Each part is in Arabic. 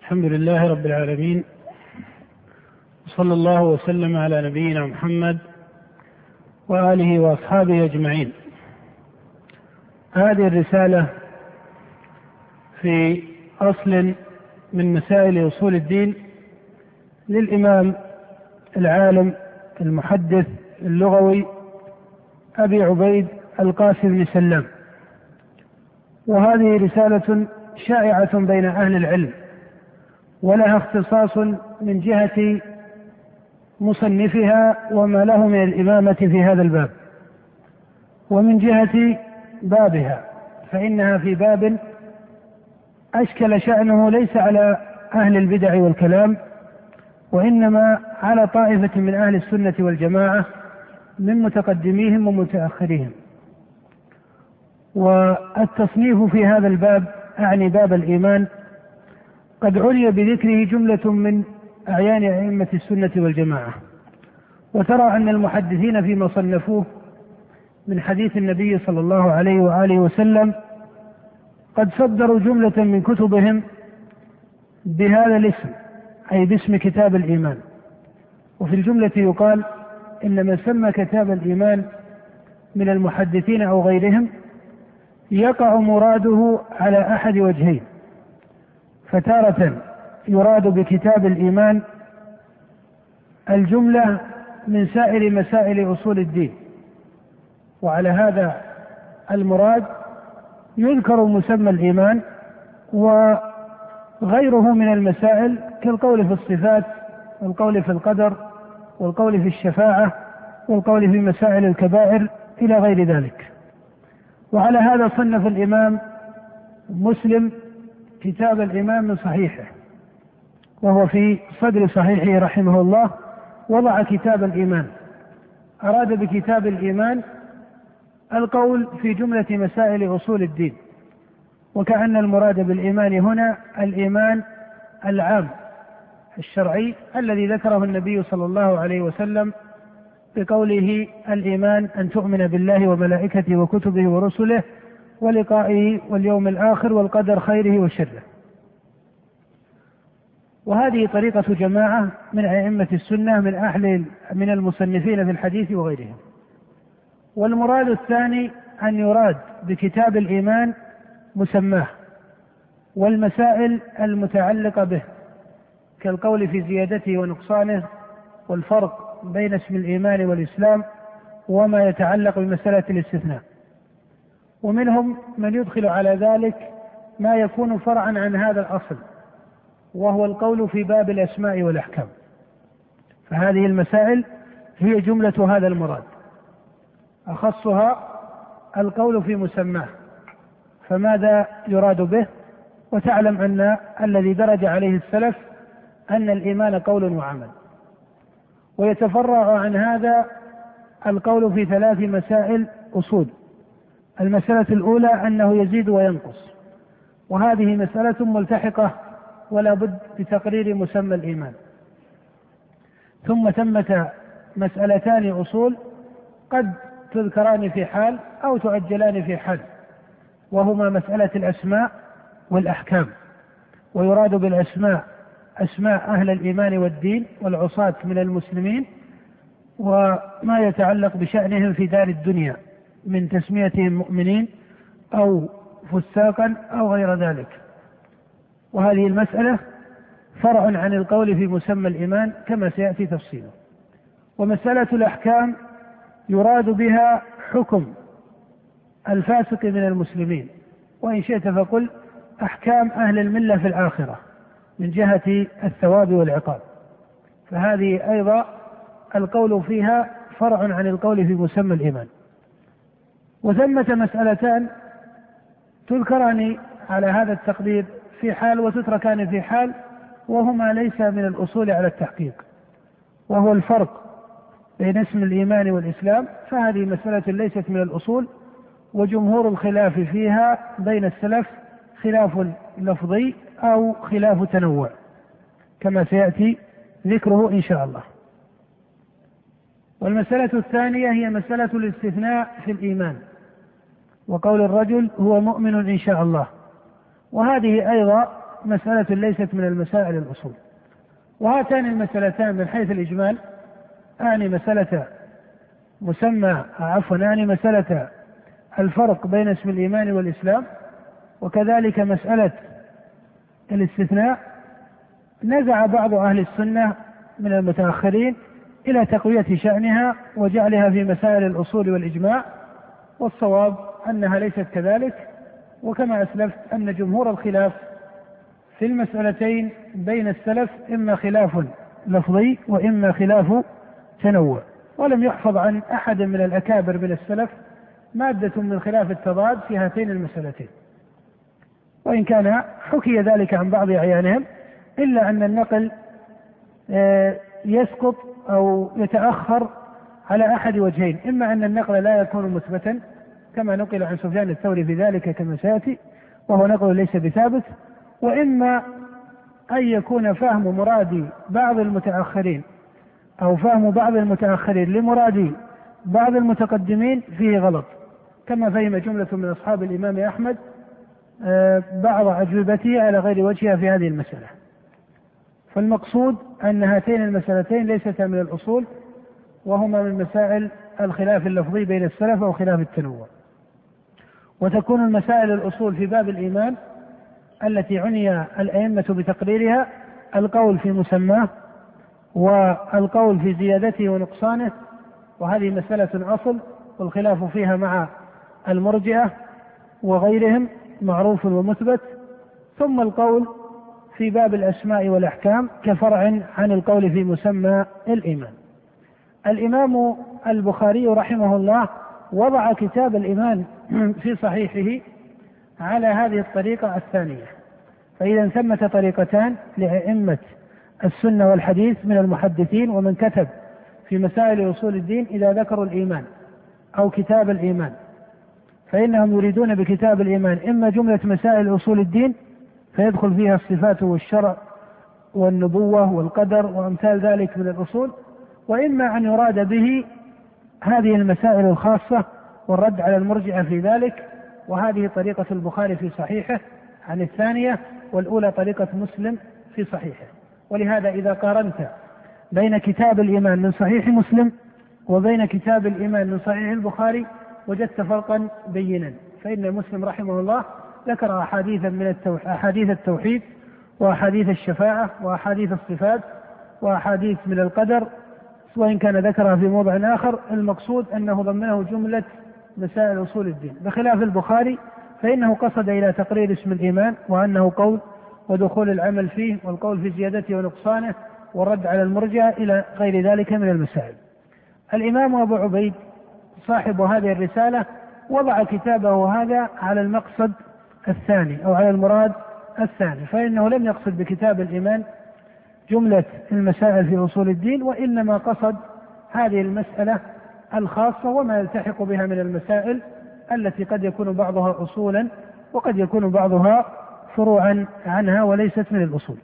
الحمد لله رب العالمين، وصلى الله وسلم على نبينا محمد وآله وأصحابه أجمعين. هذه الرسالة في أصل من مسائل أصول الدين للإمام العالم المحدث اللغوي أبي عبيد القاسم بن سلام، وهذه رسالة شائعة بين أهل العلم، ولها اختصاص من جهة مصنفها وما له من الإمامة في هذا الباب، ومن جهة بابها فإنها في باب أشكل شأنه ليس على أهل البدع والكلام، وإنما على طائفة من أهل السنة والجماعة من متقدميهم ومتأخريهم. والتصنيف في هذا الباب أعني باب الإيمان قد عني بذكره جملة من أعيان أئمة السنة والجماعة، وترى أن المحدثين فيما صنفوه من حديث النبي صلى الله عليه وآله وسلم قد صدروا جملة من كتبهم بهذا الاسم، أي باسم كتاب الإيمان. وفي الجملة يقال إن من سمى كتاب الإيمان من المحدثين أو غيرهم يقع مراده على أحد وجهين، فتارة يراد بكتاب الإيمان الجملة من سائر مسائل أصول الدين، وعلى هذا المراد يذكر مسمى الإيمان وغيره من المسائل كالقول في الصفات والقول في القدر والقول في الشفاعة والقول في مسائل الكبائر إلى غير ذلك. وعلى هذا صنف الإمام مسلم كتاب الإيمان من صحيحه، وهو في صدر صحيحه رحمه الله وضع كتاب الإيمان، أراد بكتاب الإيمان القول في جملة مسائل أصول الدين، وكأن المراد بالإيمان هنا الإيمان العام الشرعي الذي ذكره النبي صلى الله عليه وسلم بقوله الإيمان أن تؤمن بالله وملائكته وكتبه ورسله ولقائه واليوم الآخر والقدر خيره وشره. وهذه طريقة جماعة من أئمة السنة من المصنفين في الحديث وغيرهم. والمراد الثاني أن يراد بكتاب الإيمان مسماه والمسائل المتعلقة به كالقول في زيادته ونقصانه والفرق بين اسم الإيمان والإسلام وما يتعلق بمسألة الاستثناء. ومنهم من يدخل على ذلك ما يكون فرعا عن هذا الأصل، وهو القول في باب الأسماء والأحكام. فهذه المسائل هي جملة هذا المراد، أخصها القول في مسماه، فماذا يراد به؟ وتعلم أن الذي درج عليه السلف أن الإيمان قول وعمل. ويتفرع عن هذا القول في 3 مسائل أصول. المسألة الأولى أنه يزيد وينقص، وهذه مسألة ملتحقة ولا بد بتقرير مسمى الإيمان. ثم ثمة مسألتان أصول قد تذكران في حال أو تؤجلان في حال، وهما مسألة الأسماء والأحكام. ويراد بالأسماء أسماء أهل الإيمان والدين والعصاة من المسلمين، وما يتعلق بشأنهم في دار الدنيا من تسميتهم مؤمنين أو فساقا أو غير ذلك. وهذه المسألة فرع عن القول في مسمى الإيمان كما سيأتي تفصيله. ومسألة الأحكام يراد بها حكم الفاسق من المسلمين، وإن شئت فقل أحكام أهل الملة في الآخرة من جهة الثواب والعقاب، فهذه أيضا القول فيها فرع عن القول في مسمى الإيمان. وثمة مسألتان تذكران على هذا التقدير في حال وتتركان في حال، وهما ليس من الأصول على التحقيق، وهو الفرق بين اسم الإيمان والإسلام، فهذه مسألة ليست من الأصول، وجمهور الخلاف فيها بين السلف خلاف لفظي أو خلاف تنوع كما سيأتي ذكره إن شاء الله. والمسألة الثانية هي مسألة الاستثناء في الإيمان، وقول الرجل هو مؤمن إن شاء الله، وهذه أيضا مسألة ليست من المسائل الأصول. وهاتان المسألتان من حيث الإجمال أعني مسألة الفرق بين اسم الإيمان والإسلام، وكذلك مسألة الاستثناء. نزع بعض أهل السنة من المتأخرين إلى تقوية شأنها وجعلها في مسائل الأصول والإجماع، والصواب أنها ليست كذلك. وكما أسلفت أن جمهور الخلاف في المسألتين بين السلف إما خلاف لفظي وإما خلاف تنوع، ولم يحفظ عن أحد من الأكابر من السلف مادة من خلاف التضاد في هاتين المسألتين، وإن كان حكي ذلك عن بعض أعيانهم، إلا أن النقل يسقط أو يتأخر على أحد وجهين: إما أن النقل لا يكون مثبتا كما نقل عن سفيان الثوري في ذلك كما سيأتي وهو نقل ليس بثابت، وإما أن يكون فهم مراد بعض المتأخرين أو فهم بعض المتأخرين لمراد بعض المتقدمين فيه غلط، كما فهم جملة من أصحاب الإمام أحمد بعض أجوبته على غير وجهها في هذه المسألة. فالمقصود أن هاتين المسألتين ليستا من الأصول، وهما من مسائل الخلاف اللفظي بين السلف أو خلاف التنوع. وتكون المسائل الأصول في باب الإيمان التي عني الأئمة بتقريرها القول في مسماه والقول في زيادته ونقصانه، وهذه مسألة أصل والخلاف فيها مع المرجئة وغيرهم معروف ومثبت. ثم القول في باب الأسماء والأحكام كفرع عن القول في مسمى الإيمان. الإمام البخاري رحمه الله وضع كتاب الإيمان في صحيحه على هذه الطريقة الثانية. فإذا ثمة طريقتان لأئمة السنة والحديث من المحدثين ومن كتب في مسائل أصول الدين إذا ذكروا الإيمان أو كتاب الإيمان، فإنهم يريدون بكتاب الإيمان إما جملة مسائل أصول الدين فيدخل فيها الصفات والشرع والنبوة والقدر وأمثال ذلك من الأصول، وإما أن يراد به هذه المسائل الخاصة والرد على المرجئة في ذلك. وهذه طريقة البخاري في صحيحه عن الثانية، والأولى طريقة مسلم في صحيحه. ولهذا إذا قارنت بين كتاب الإيمان من صحيح مسلم وبين كتاب الإيمان من صحيح البخاري وجدت فرقا بينا. فإن مسلم رحمه الله ذكر أحاديث من أحاديث التوحيد وأحاديث الشفاعة وأحاديث الصفات وأحاديث من القدر، وإن كان ذكرها في موضع آخر. المقصود أنه ضمنه جملة مسائل أصول الدين، بخلاف البخاري فإنه قصد إلى تقرير اسم الإيمان وأنه قول ودخول العمل فيه والقول في زيادته ونقصانه والرد على المرجئة إلى غير ذلك من المسائل. الإمام أبو عبيد صاحب هذه الرسالة وضع كتابه هذا على المقصد الثاني أو على المراد الثاني، فإنه لم يقصد بكتاب الإيمان جملة المسائل في أصول الدين، وإنما قصد هذه المسألة الخاصة وما يلتحق بها من المسائل التي قد يكون بعضها أصولا وقد يكون بعضها فروعا عنها وليست من الأصول.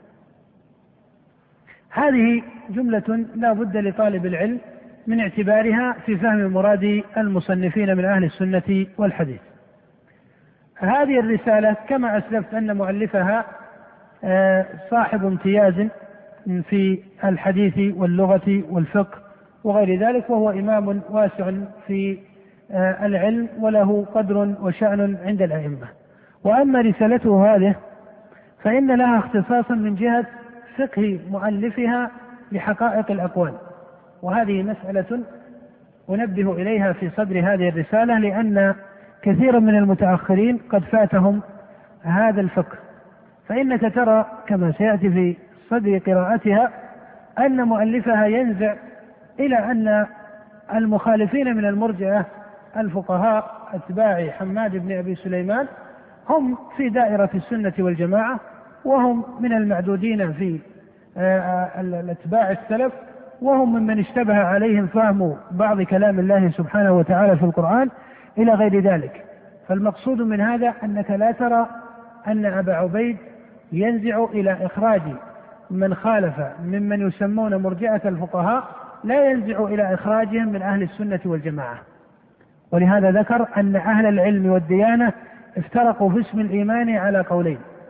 هذه جملة لا بد لطالب العلم من اعتبارها في فهم مراد المصنفين من أهل السنة والحديث. هذه الرسالة كما أسلفت أن مؤلفها صاحب امتياز في الحديث واللغة والفقه وغير ذلك، وهو إمام واسع في العلم وله قدر وشأن عند الأئمة. وأما رسالته هذه فإن لها اختصاصا من جهة فقه مؤلفها لحقائق الأقوال، وهذه مسألة أنبه إليها في صدر هذه الرسالة، لأن كثيرا من المتأخرين قد فاتهم هذا الفقه. فإنك ترى كما سيأتي في صدر قراءتها أن مؤلفها ينزع إلى أن المخالفين من المرجئة الفقهاء أتباع حماد بن أبي سليمان هم في دائرة السنة والجماعة، وهم من المعدودين في الأتباع السلف، وهم ممن اشتبه عليهم فهم بعض كلام الله سبحانه وتعالى في القرآن إلى غير ذلك. فالمقصود من هذا أنك لا ترى أن أبا عبيد ينزع إلى إخراج من خالف ممن يسمون مرجئة الفقهاء، لا ينزع إلى إخراجهم من أهل السنة والجماعة. ولهذا ذكر أن أهل العلم والديانة افترقوا في اسم الإيمان على قولين: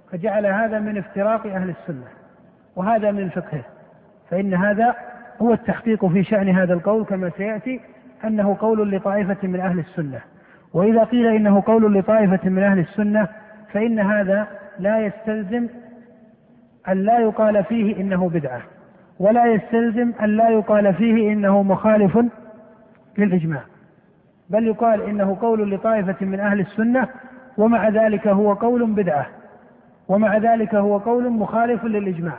فجعل هذا من افتراق أهل السنة وهذا من فقهه، فإن هذا هو التحقيق في شأن هذا القول كما سيأتي أنه قول لطائفة من أهل السنة. وإذا قيل إنه قول لطائفة من أهل السنة فإن هذا لا يستلزم أن لا يقال فيه إنه بدعة، ولا يستلزم أن لا يقال فيه إنه مخالف للإجماع، بل يقال إنه قول لطائفة من أهل السنة ومع ذلك هو قول بدعة، ومع ذلك هو قول مخالف للإجماع.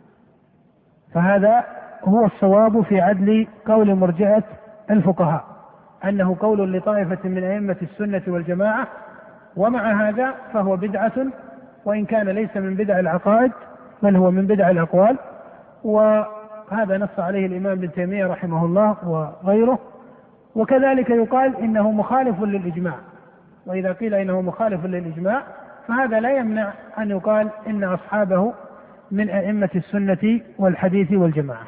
فهذا هو الصواب في عدل قول مرجئة الفقهاء، أنه قول لطائفة من أئمة السنة والجماعة، ومع هذا فهو بدعة، وإن كان ليس من بدع العقائد بل هو من بدع الأقوال. وهذا نص عليه الإمام ابن تيمية رحمه الله وغيره. وكذلك يقال إنه مخالف للإجماع، وإذا قيل إنه مخالف للإجماع فهذا لا يمنع أن يقال إن أصحابه من أئمة السنة والحديث والجماعة.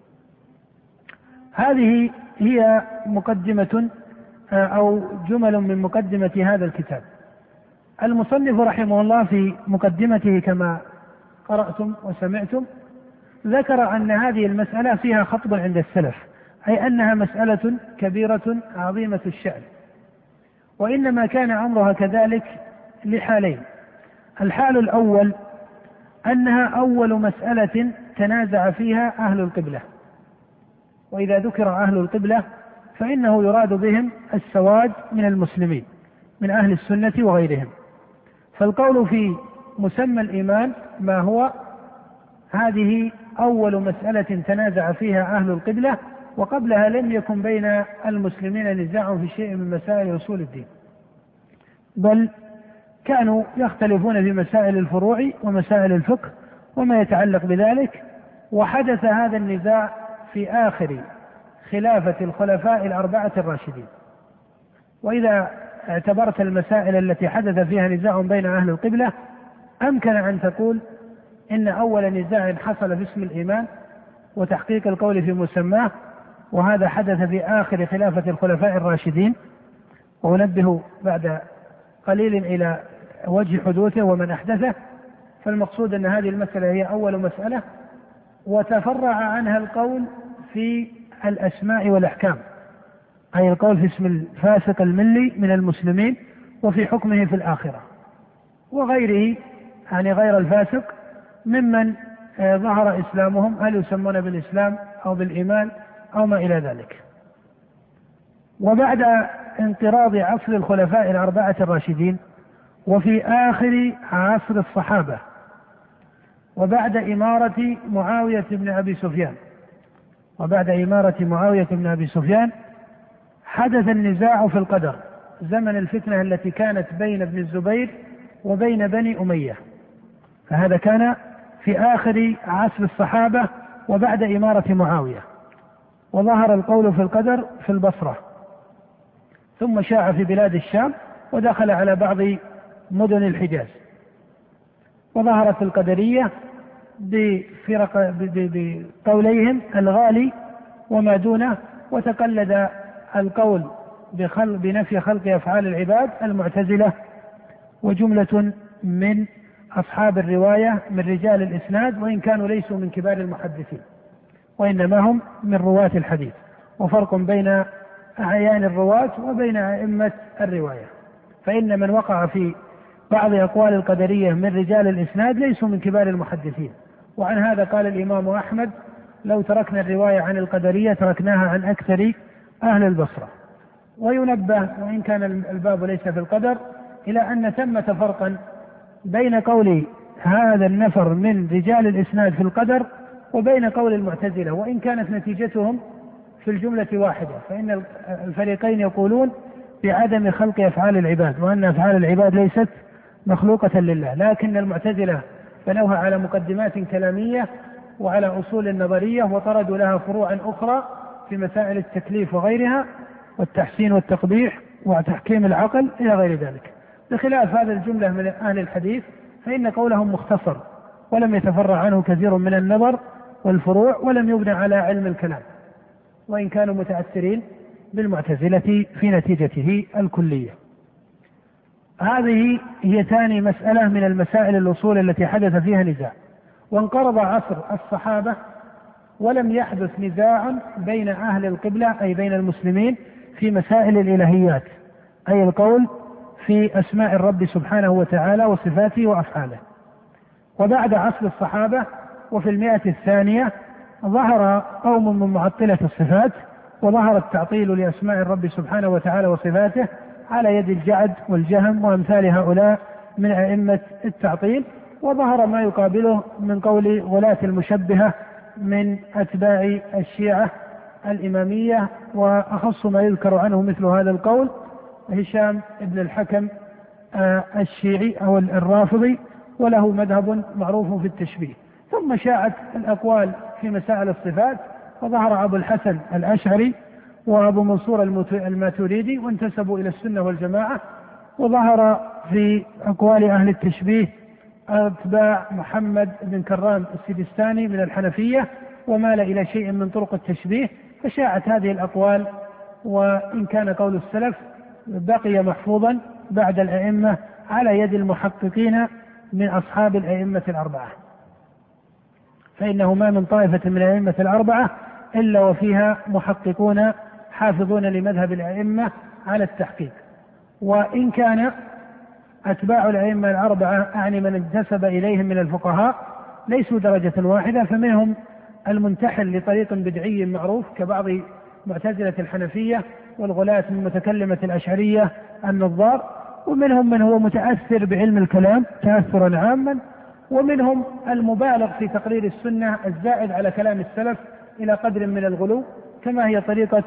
هذه هي مقدمة أو جمل من مقدمة هذا الكتاب. المصنف رحمه الله في مقدمته كما قرأتم وسمعتم ذكر أن هذه المسألة فيها خطب عند السلف، أي أنها مسألة كبيرة عظيمة الشأن، وإنما كان أمرها كذلك لحالين. الحال الأول أنها أول مسألة تنازع فيها أهل القبلة، وإذا ذكر أهل القبلة فإنه يراد بهم السواد من المسلمين من أهل السنة وغيرهم. فالقول في مسمى الإيمان ما هو هذه أول مسألة تنازع فيها أهل القبلة، وقبلها لم يكن بين المسلمين نزاع في شيء من مسائل أصول الدين، بل كانوا يختلفون في مسائل الفروع ومسائل الفقه وما يتعلق بذلك. وحدث هذا النزاع في آخر خلافة الخلفاء الأربعة الراشدين. وإذا اعتبرت المسائل التي حدث فيها نزاع بين أهل القبلة أمكن أن تقول إن أول نزاع حصل في اسم الإيمان وتحقيق القول في مسماه، وهذا حدث في آخر خلافة الخلفاء الراشدين، ونبه بعد قليل إلى وجه حدوثه ومن أحدثه. فالمقصود أن هذه المسألة هي أول مسألة، وتفرع عنها القول في الأسماء والأحكام، أي القول في اسم الفاسق الملي من المسلمين وفي حكمه في الآخرة، وغيره يعني غير الفاسق ممن ظهر إسلامهم، هل يسمون بالإسلام أو بالإيمان أو ما إلى ذلك. وبعد انقراض عصر الخلفاء الأربعة الراشدين وفي آخر عصر الصحابة وبعد إمارة معاوية بن أبي سفيان حدث النزاع في القدر زمن الفتنة التي كانت بين ابن الزبير وبين بني أمية، فهذا كان في آخر عصر الصحابة وبعد إمارة معاوية. وظهر القول في القدر في البصرة، ثم شاع في بلاد الشام ودخل على بعض مدن الحجاز. وظهرت القدرية بقوليهم الغالي وما دونه، وتقلد القول بنفي خلق أفعال العباد المعتزلة وجملة من أصحاب الرواية من رجال الإسناد، وإن كانوا ليسوا من كبار المحدثين وإنما هم من رواة الحديث، وفرق بين أعيان الرواة وبين أئمة الرواية. فإن من وقع في بعض أقوال القدرية من رجال الإسناد ليسوا من كبار المحدثين. وعن هذا قال الإمام أحمد: لو تركنا الرواية عن القدرية تركناها عن أكثر أهل البصرة. وينبه وإن كان الباب ليس في القدر إلى أن ثمة فرقا بين قول هذا النفر من رجال الإسناد في القدر وبين قول المعتزلة، وإن كانت نتيجتهم في الجملة واحدة، فإن الفريقين يقولون بعدم خلق أفعال العباد وأن أفعال العباد ليست مخلوقة لله، لكن المعتزلة بنوها على مقدمات كلامية وعلى أصول نظرية وطردوا لها فروعا أخرى في مسائل التكليف وغيرها والتحسين والتقبيح وتحكيم العقل إلى غير ذلك. بخلاف هذا الجملة من أهل الحديث فإن قولهم مختصر ولم يتفرع عنه كثير من النظر والفروع، ولم يبنى على علم الكلام، وإن كانوا متأثرين بالمعتزلة في نتيجته الكلية. هذه هي ثاني مسألة من المسائل الأصول التي حدث فيها نزاع. وانقرض عصر الصحابة ولم يحدث نزاع بين أهل القبلة أي بين المسلمين في مسائل الإلهيات، أي القول في أسماء الرب سبحانه وتعالى وصفاته وأفعاله. وبعد عصر الصحابة وفي 100 ظهر قوم من معطلة الصفات، وظهر التعطيل لأسماء الرب سبحانه وتعالى وصفاته على يد الجعد والجهم وأمثال هؤلاء من أئمة التعطيل، وظهر ما يقابله من قول غلاة المشبهة من أتباع الشيعة الإمامية، وأخص ما يذكر عنه مثل هذا القول هشام بن الحكم الشيعي أو الرافضي، وله مذهب معروف في التشبيه. ثم شاعت الأقوال في مسائل الصفات، وظهر أبو الحسن الأشعري وأبو منصور الماتريدي وانتسبوا إلى السنة والجماعة، وظهر في أقوال أهل التشبيه أتباع محمد بن كرام السجستاني من الحنفية، ومال إلى شيء من طرق التشبيه، فشاعت هذه الأقوال. وإن كان قول السلف بقي محفوظا بعد الأئمة على يد المحققين من أصحاب الأئمة الأربعة، فإنه ما من طائفة من الأئمة الأربعة إلا وفيها محققون حافظون لمذهب الأئمة على التحقيق. وإن كان أتباع الأئمة الأربعة أعني من انتسب إليهم من الفقهاء ليسوا درجة واحدة، فمنهم المنتحل لطريق بدعي معروف كبعض معتزلة الحنفية والغلاة من متكلمة الأشعرية النظار، ومنهم من هو متأثر بعلم الكلام تأثرا عاما، ومنهم المبالغ في تقرير السنة الزائد على كلام السلف إلى قدر من الغلو، كما هي طريقة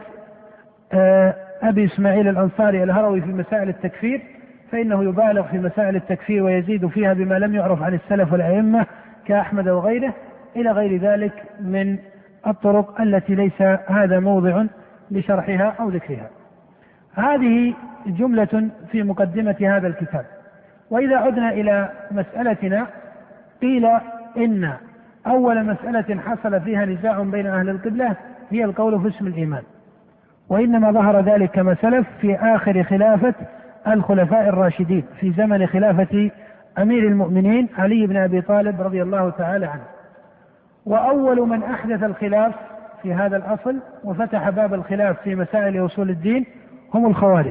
أبي إسماعيل الأنصاري الهروي في مسائل التكفير، فإنه يبالغ في مسائل التكفير ويزيد فيها بما لم يعرف عن السلف والأئمة كأحمد وغيره، إلى غير ذلك من الطرق التي ليس هذا موضع لشرحها أو ذكرها. هذه جملة في مقدمة هذا الكتاب. وإذا عدنا إلى مسألتنا، قيل إن أول مسألة حصل فيها نزاع بين أهل القبلة هي القول في اسم الإيمان، وإنما ظهر ذلك كما سلف في آخر خلافة الخلفاء الراشدين في زمن خلافة أمير المؤمنين علي بن أبي طالب رضي الله تعالى عنه. وأول من أحدث الخلاف في هذا الأصل وفتح باب الخلاف في مسائل أصول الدين هم الخوارج.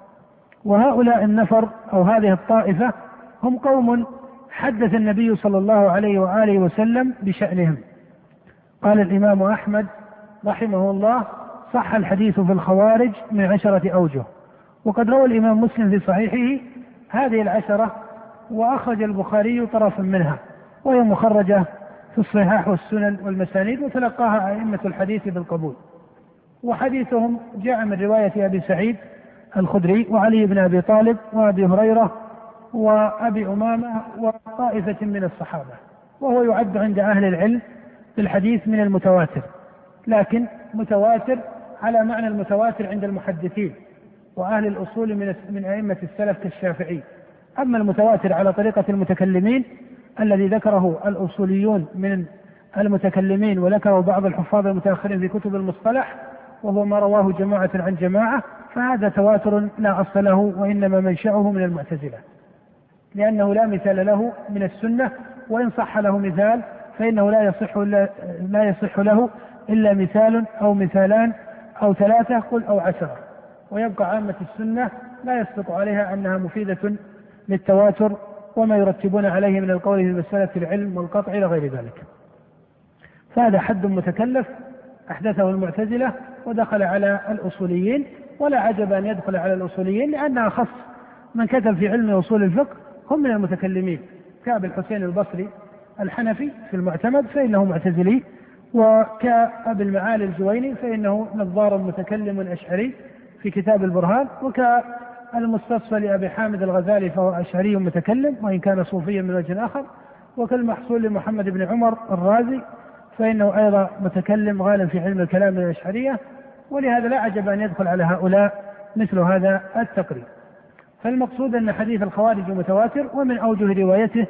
وهؤلاء النفر أو هذه الطائفة هم قوم حدث النبي صلى الله عليه وآله وسلم بشأنهم. قال الإمام أحمد رحمه الله: صح الحديث في الخوارج من 10 أوجه. وقد روى الإمام مسلم في صحيحه هذه 10، وأخرج البخاري طرفا منها، وهي مخرجة في الصحاح والسنن والمسانيد، وتلقاها أئمة الحديث بالقبول. وحديثهم جاء من رواية أبي سعيد الخدري وعلي بن أبي طالب وأبي هريرة وأبي أمامة وطائفة من الصحابة، وهو يعد عند أهل العلم في الحديث من المتواتر، لكن متواتر على معنى المتواتر عند المحدثين وأهل الأصول من أئمة السلف كالشافعي. أما المتواتر على طريقة المتكلمين الذي ذكره الأصوليون من المتكلمين وذكره بعض الحفاظ المتأخرين في كتب المصطلح، وهو ما رواه جماعة عن جماعة، فهذا تواتر لا أصل له، وإنما منشأه من المعتزلة، لأنه لا مثال له من السنة، وإن صح له مثال فإنه لا يصح له إلا مثال أو مثالان أو 3 قل أو 10، ويبقى عامة السنة لا يسبق عليها أنها مفيدة للتواتر وما يرتبون عليه من القول في مسألة العلم والقطع إلى غير ذلك. فهذا حد متكلف أحدثه المعتزلة ودخل على الأصوليين، ولا عجب أن يدخل على الأصوليين، لأن أخص من كتب في علم أصول الفقه هم من المتكلمين، كأبي الحسين البصري الحنفي في المعتمد فإنه معتزلي، وكأبي المعالي الجويني فإنه نظار متكلم أشعري في كتاب البرهان، وكالمستصفى لأبي حامد الغزالي فهو أشعري متكلم وإن كان صوفيا من وجه آخر، وكالمحصول لمحمد بن عمر الرازي فإنه أيضا متكلم غالب في علم الكلام من الأشعرية، ولهذا لا عجب أن يدخل على هؤلاء مثل هذا التقرير. فالمقصود أن حديث الخوارج متواتر، ومن أوجه روايته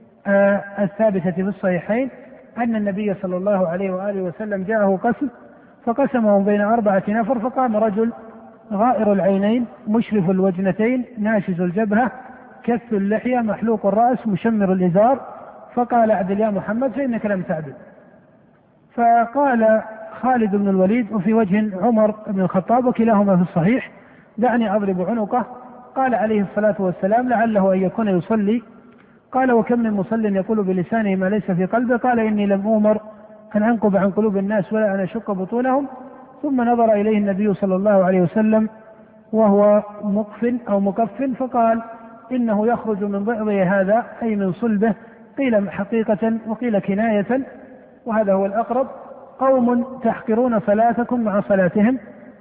الثابتة في الصحيحين أن النبي صلى الله عليه وآله وسلم جاءه قسم فقسمه بين 4 نفر، فقام رجل غائر العينين مشرف الوجنتين ناشز الجبهة كث اللحية محلوق الرأس مشمر الإزار، فقال اعدل يا محمد فإنك لم تعدل. فقال خالد بن الوليد وفي وجه عمر بن الخطاب وكلاهما في الصحيح دعني أضرب عنقه. قال عليه الصلاة والسلام لعله أن يكون يصلي. قال وكم من مصل يقول بلسانه ما ليس في قلبه. قال إني لم أؤمر أن أنقب عن قلوب الناس ولا أن أشق بطونهم. ثم نظر إليه النبي صلى الله عليه وسلم وهو مقف أو مكف فقال إنه يخرج من ضئضه هذا أي من صلبه، قيل حقيقة وقيل كناية، وهذا هو الأقرب. قوم تحقرون صلاتكم مع صلاتهم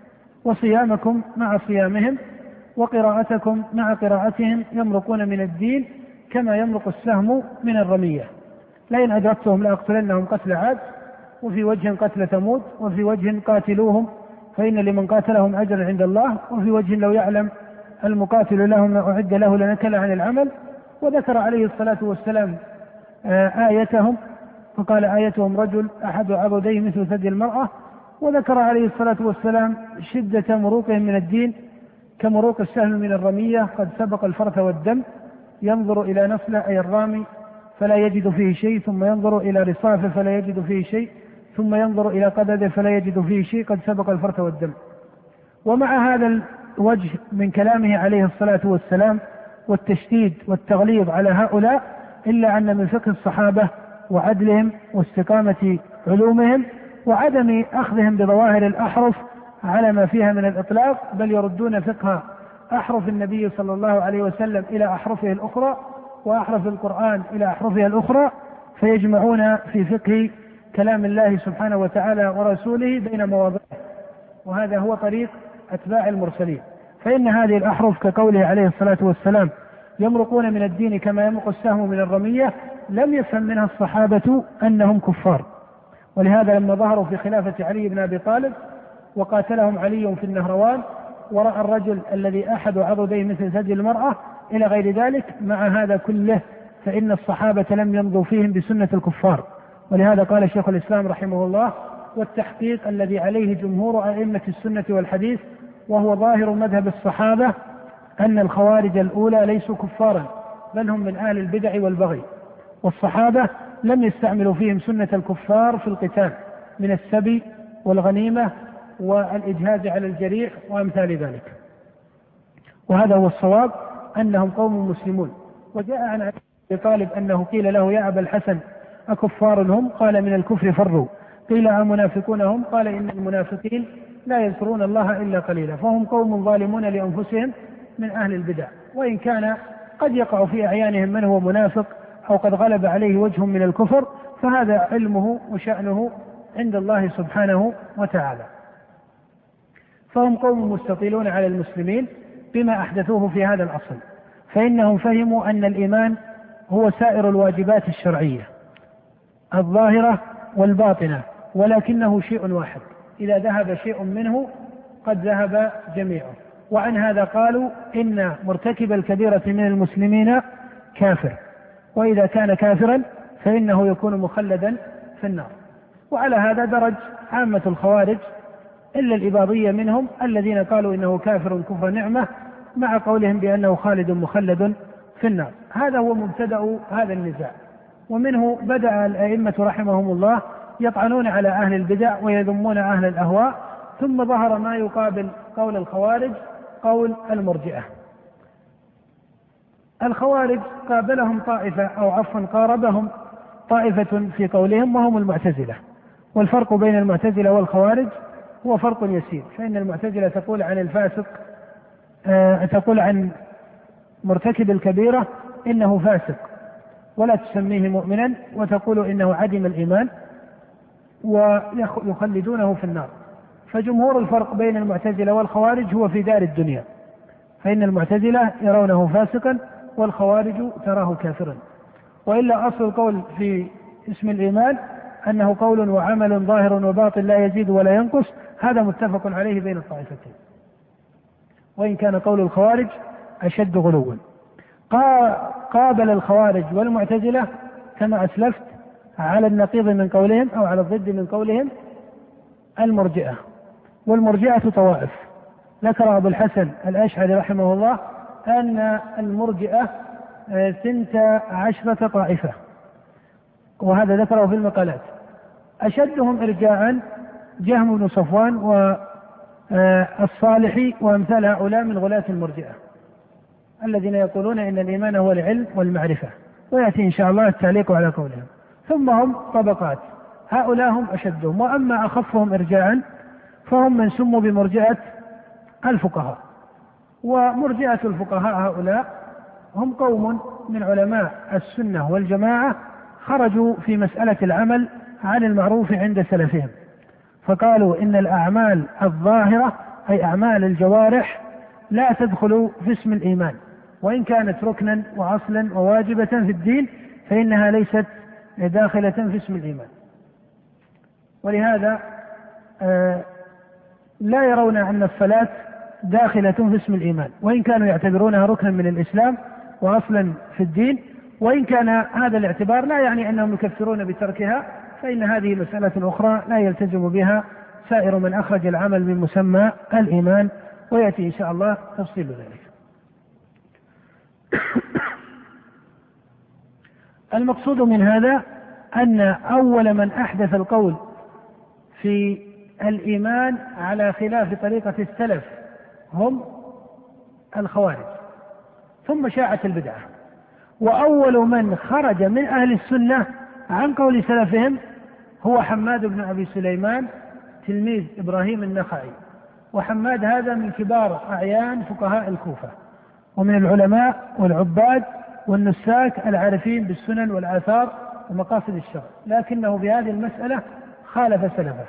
وصيامكم مع صيامهم وقراءتكم مع قراءتهم، يمرقون من الدين كما يمرق السهم من الرمية. لئن أدركتهم لأقتلنهم قتل عاد، وفي وجه قتل ثمود، وفي وجه قاتلوهم فإن لمن قاتلهم أجر عند الله، وفي وجه لو يعلم المقاتل لهم ما أعد له لنكل عن العمل. وذكر عليه الصلاة والسلام آيتهم فقال آيتهم رجل أحد عضديه مثل ثدي المرأة. وذكر عليه الصلاة والسلام شدة مروقهم من الدين كمروق السهم من الرمية، قد سبق الفرث والدم، ينظر إلى نصله أي الرامي فلا يجد فيه شيء، ثم ينظر إلى رصافه فلا يجد فيه شيء، ثم ينظر إلى قدده فلا يجد فيه شيء، قد سبق الفرث والدم. ومع هذا الوجه من كلامه عليه الصلاة والسلام والتشديد والتغليظ على هؤلاء، إلا أن من فقه الصحابة وعدلهم واستقامة علومهم وعدم أخذهم بظواهر الأحرف على ما فيها من الإطلاق، بل يردون فقه أحرف النبي صلى الله عليه وسلم إلى أحرفه الأخرى وأحرف القرآن إلى أحرفها الأخرى، فيجمعون في فقه كلام الله سبحانه وتعالى ورسوله بين مواضعه. وهذا هو طريق أتباع المرسلين. فإن هذه الأحرف كقوله عليه الصلاة والسلام يمرقون من الدين كما يمرق السهم من الرمية، لم يفهم منها الصحابة أنهم كفار. ولهذا لما ظهروا في خلافة علي بن أبي طالب وقاتلهم علي في النهروان ورأى الرجل الذي أحد عضديه مثل ثدي المرأة إلى غير ذلك، مع هذا كله فإن الصحابة لم يمضوا فيهم بسنة الكفار. ولهذا قال شيخ الإسلام رحمه الله والتحقيق الذي عليه جمهور أئمة السنة والحديث وهو ظاهر مذهب الصحابة أن الخوارج الأولى ليسوا كفارا، بل هم من أهل البدع والبغي، والصحابة لم يستعملوا فيهم سنة الكفار في القتال من السبي والغنيمة والإجهاز على الجريح وأمثال ذلك. وهذا هو الصواب أنهم قوم مسلمون. وجاء عن علي بن طالب أنه قيل له يا أبا الحسن أكفار هم؟ قال من الكفر فروا. قيل أمنافقون هم؟ قال إن المنافقين لا يذكرون الله إلا قليلا. فهم قوم ظالمون لأنفسهم من أهل البدع، وإن كان قد يقع في أعيانهم من هو منافق أو قد غلب عليه وجه من الكفر، فهذا علمه وشأنه عند الله سبحانه وتعالى. فهم قوم مستطيلون على المسلمين بما أحدثوه في هذا الأصل، فإنهم فهموا أن الإيمان هو سائر الواجبات الشرعية الظاهرة والباطنة، ولكنه شيء واحد، إذا ذهب شيء منه قد ذهب جميعه. وعن هذا قالوا إن مرتكب الكبيرة من المسلمين كافر، وإذا كان كافرا فإنه يكون مخلدا في النار. وعلى هذا درج عامة الخوارج إلا الإباضية منهم الذين قالوا إنه كافر كفر نعمة، مع قولهم بأنه خالد مخلد في النار. هذا هو مبتدأ هذا النزاع، ومنه بدأ الأئمة رحمهم الله يطعنون على أهل البدع ويذمون أهل الأهواء، ثم ظهر ما يقابل قول الخوارج قول المرجئة. الخوارج قابلهم طائفة أو عفوا قاربهم طائفة في قولهم وهم المعتزلة. والفرق بين المعتزلة والخوارج هو فرق يسير، فإن المعتزلة تقول عن الفاسق تقول عن مرتكب الكبيرة إنه فاسق ولا تسميه مؤمنا، وتقول إنه عدم الإيمان ويخلدونه في النار. فجمهور الفرق بين المعتزلة والخوارج هو في دار الدنيا، فإن المعتزلة يرونه فاسقا والخوارج تراه كافرا. وإلا أصل القول في اسم الإيمان أنه قول وعمل ظاهر وباطن لا يزيد ولا ينقص، هذا متفق عليه بين الطائفتين، وإن كان قول الخوارج أشد غلوا. قابل الخوارج والمعتزلة كما أسلفت على النقيض من قولهم أو على الضد من قولهم المرجئة. والمرجئة طوائف. ذكر أبو الحسن الأشعري رحمه الله أن المرجئة 12 طائفة، وهذا ذكره في المقالات. أشدهم إرجاعا جهم بن صفوان والصالحي وأمثال هؤلاء من غلاة المرجئة الذين يقولون إن الإيمان هو العلم والمعرفة، ويأتي إن شاء الله التعليق على قولهم. ثم هم طبقات، هؤلاء هم أشدهم، وأما أخفهم إرجاعا فهم من سموا بمرجئة الفقهاء. ومرجئة الفقهاء هؤلاء هم قوم من علماء السنة والجماعة خرجوا في مسألة العمل عن المعروف عند سلفهم، فقالوا إن الأعمال الظاهرة أي أعمال الجوارح لا تدخل في اسم الإيمان، وإن كانت ركنا وأصلا وواجبة في الدين فإنها ليست داخلة في اسم الإيمان. ولهذا لا يرون أن الصلاة داخلة في اسم الإيمان، وإن كانوا يعتبرونها ركنا من الإسلام وأصلا في الدين، وإن كان هذا الاعتبار لا يعني أنهم يكفرون بتركها، فإن هذه مسألة أخرى لا يلتزم بها سائر من أخرج العمل من مسمى الإيمان، ويأتي إن شاء الله تفصيل ذلك. المقصود من هذا أن أول من أحدث القول في الإيمان على خلاف طريقة السلف هم الخوارج، ثم شاعت البدعة. وأول من خرج من أهل السنة عن قول سلفهم هو حماد بن أبي سليمان تلميذ إبراهيم النخعي، وحماد هذا من كبار أعيان فقهاء الكوفة، ومن العلماء والعباد والنساك العارفين بالسنن والآثار ومقاصد الشرع، لكنه بهذه المسألة خالف سلفه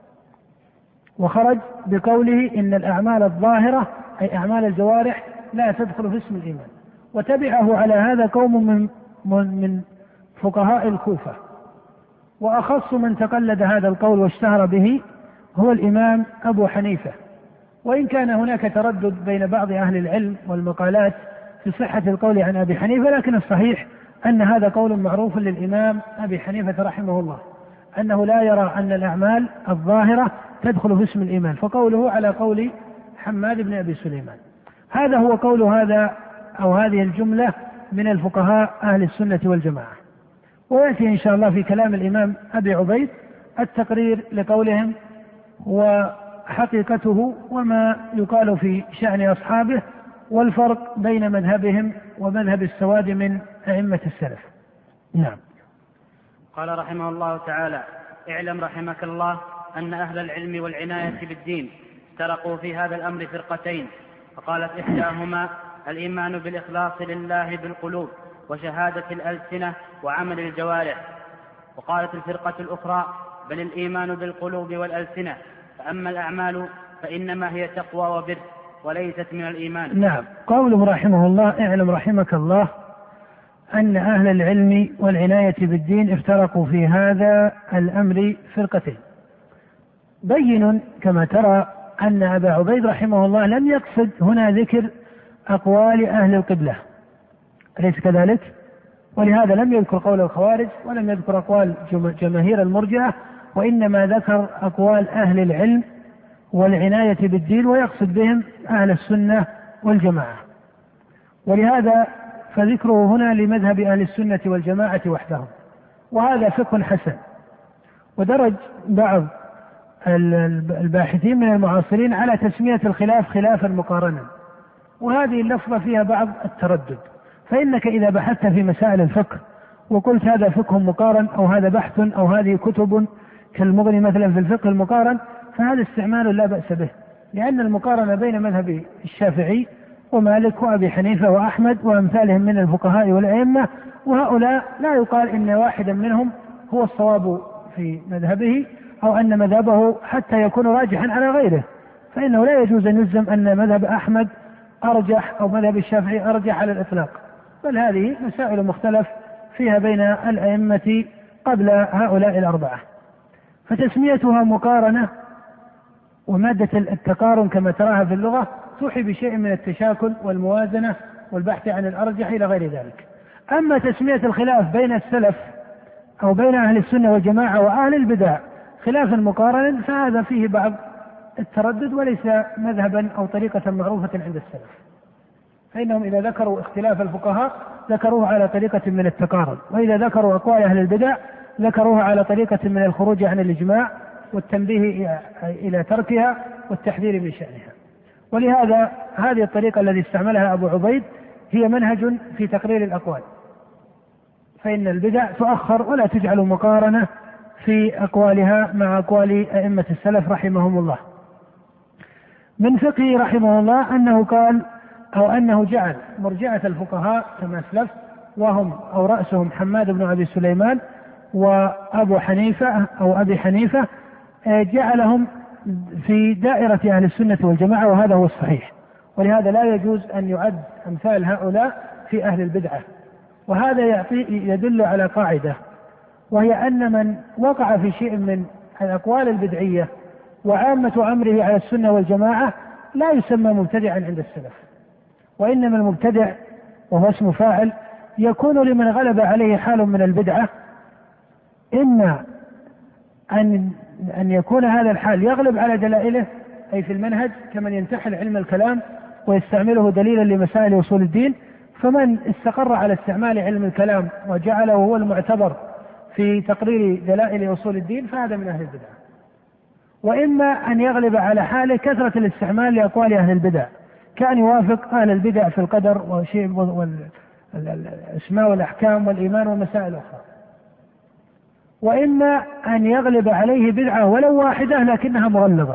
وخرج بقوله إن الأعمال الظاهرة أي أعمال الجوارح لا تدخل في اسم الإيمان. وتبعه على هذا قوم من فقهاء الكوفة، وأخص من تقلد هذا القول واشتهر به هو الإمام أبو حنيفة، وإن كان هناك تردد بين بعض أهل العلم والمقالات في صحة القول عن أبي حنيفة، لكن الصحيح أن هذا قول معروف للإمام أبي حنيفة رحمه الله، أنه لا يرى أن الأعمال الظاهرة تدخل في اسم الإيمان، فقوله على قول حماد بن أبي سليمان. هذا هو قول هذا أو هذه الجملة من الفقهاء أهل السنة والجماعة. ويأتي إن شاء الله في كلام الإمام أبي عبيد التقرير لقولهم وحقيقته وما يقال في شأن أصحابه والفرق بين مذهبهم ومذهب السواد من أئمة السلف. نعم. قال رحمه الله تعالى: اعلم رحمك الله أن أهل العلم والعناية بالدين افترقوا في هذا الأمر فرقتين، فقالت إحداهما الإيمان بالإخلاص لله بالقلوب وشهادة الألسنة وعمل الجوارح، وقالت الفرقة الأخرى بل الإيمان بالقلوب والألسنة، فأما الأعمال فإنما هي تقوى وبر وليست من الإيمان. نعم. قوله رحمه الله: اعلم رحمك الله أن أهل العلم والعناية بالدين افترقوا في هذا الأمر فرقتين. بين كما ترى أن أبا عبيد رحمه الله لم يقصد هنا ذكر أقوال أهل القبلة، أليس كذلك؟ ولهذا لم يذكر قول الخوارج ولم يذكر أقوال جماهير المرجئة، وإنما ذكر أقوال أهل العلم والعناية بالدين، ويقصد بهم أهل السنة والجماعة. ولهذا فذكره هنا لمذهب أهل السنة والجماعة وحدهم، وهذا فقه حسن. ودرج بعض الباحثين من المعاصرين على تسمية الخلاف خلافا مقارنا، وهذه اللفظة فيها بعض التردد، فإنك إذا بحثت في مسائل الفقه وقلت هذا فقه مقارن أو هذا بحث أو هذه كتب كالمغني مثلا في الفقه المقارن، فهذا استعمال لا بأس به، لأن المقارنة بين مذهب الشافعي ومالك وأبي حنيفة وأحمد وأمثالهم من الفقهاء والأئمة، وهؤلاء لا يقال إن واحدا منهم هو الصواب في مذهبه أو أن مذهبه حتى يكون راجحا على غيره، فإنه لا يجوز أن يلزم أن مذهب أحمد أرجح أو مذهب الشافعي أرجح على الإطلاق، بل هذه مسائل مختلف فيها بين الأئمة قبل هؤلاء الأربعة. فتسميتها مقارنة، ومادة التقارن كما تراها في اللغة توحي بشيء من التشاكل والموازنة والبحث عن الأرجح إلى غير ذلك. أما تسمية الخلاف بين السلف أو بين أهل السنة والجماعة وأهل البدع خلافا مقارنا، فهذا فيه بعض التردد وليس مذهبا أو طريقة معروفة عند السلف، فإنهم إذا ذكروا اختلاف الفقهاء ذكروه على طريقة من التقارب، وإذا ذكروا أقوال أهل البدع ذكروها على طريقة من الخروج عن الإجماع والتنبيه إلى تركها والتحذير من شأنها. ولهذا هذه الطريقة التي استعملها أبو عبيد هي منهج في تقرير الأقوال، فإن البدع تؤخر ولا تجعل مقارنة في أقوالها مع أقوال أئمة السلف رحمهم الله. من فقهه رحمه الله أنه قال أو أنه جعل مرجعة الفقهاء كما أسلف، وهم أو رأسهم حماد بن أبي سليمان وأبو حنيفة أو أبي حنيفة، جعلهم في دائرة أهل السنة والجماعة، وهذا هو الصحيح. ولهذا لا يجوز أن يعد أمثال هؤلاء في أهل البدعة. وهذا يدل على قاعدة، وهي أن من وقع في شيء من الأقوال البدعية وعامة أمره على السنة والجماعة لا يسمى مبتدعا عند السلف، وإنما المبتدع وهو اسم فاعل يكون لمن غلب عليه حال من البدعة، إما أن يكون هذا الحال يغلب على دلائله أي في المنهج، كمن ينتحل علم الكلام ويستعمله دليلا لمسائل أصول الدين، فمن استقر على استعمال علم الكلام وجعله هو المعتبر في تقرير دلائل أصول الدين فهذا من أهل البدع. وإما أن يغلب على حاله كثرة الاستعمال لأقوال أهل البدع، كان يوافق أهل البدع في القدر وشيء والأسماء والأحكام والإيمان ومسائل أخرى. وإما أن يغلب عليه بدعة ولو واحدة لكنها مغلظة،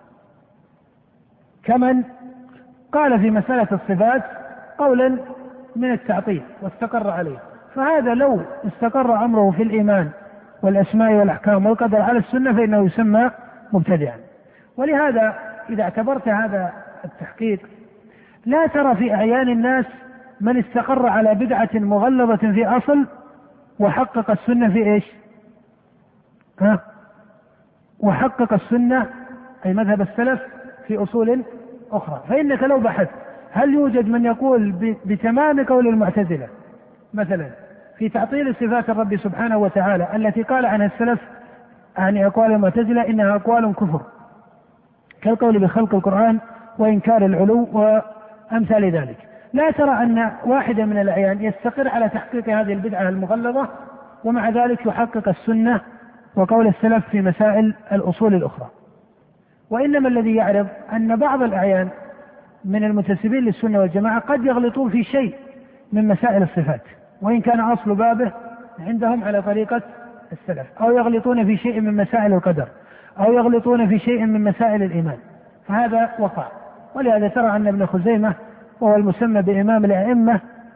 كمن قال في مسألة الصفات قولا من التعطيل واستقر عليه، فهذا لو استقر أمره في الإيمان والأسماء والأحكام والقدر على السنة فإنه يسمى مبتدعا. ولهذا إذا اعتبرت هذا التحقيق لا ترى في أعيان الناس من استقر على بدعة مغلظة في أصل وحقق السنة في إيش؟ وحقق السنة أي مذهب السلف في أصول أخرى. فإنك لو بحثت هل يوجد من يقول بتمام قول المعتزلة مثلا في تعطيل صفات الرب سبحانه وتعالى التي قال عنها السلف عن أقوال المعتزلة إنها أقوال كفر، كالقول بخلق القرآن وإنكار العلو وأمثال ذلك، لا ترى أن واحدا من الأعيان يستقر على تحقيق هذه البدعة المغلظة ومع ذلك يحقق السنة وقول السلف في مسائل الأصول الأخرى. وإنما الذي يعرف أن بعض الأعيان من المنتسبين للسنة والجماعة قد يغلطون في شيء من مسائل الصفات وإن كان أصل بابه عندهم على طريقة السلف، أو يغلطون في شيء من مسائل القدر، أو يغلطون في شيء من مسائل الإيمان، فهذا وقع. ولهذا ترى أن ابن خزيمة وهو المسمى بإمام الأئمة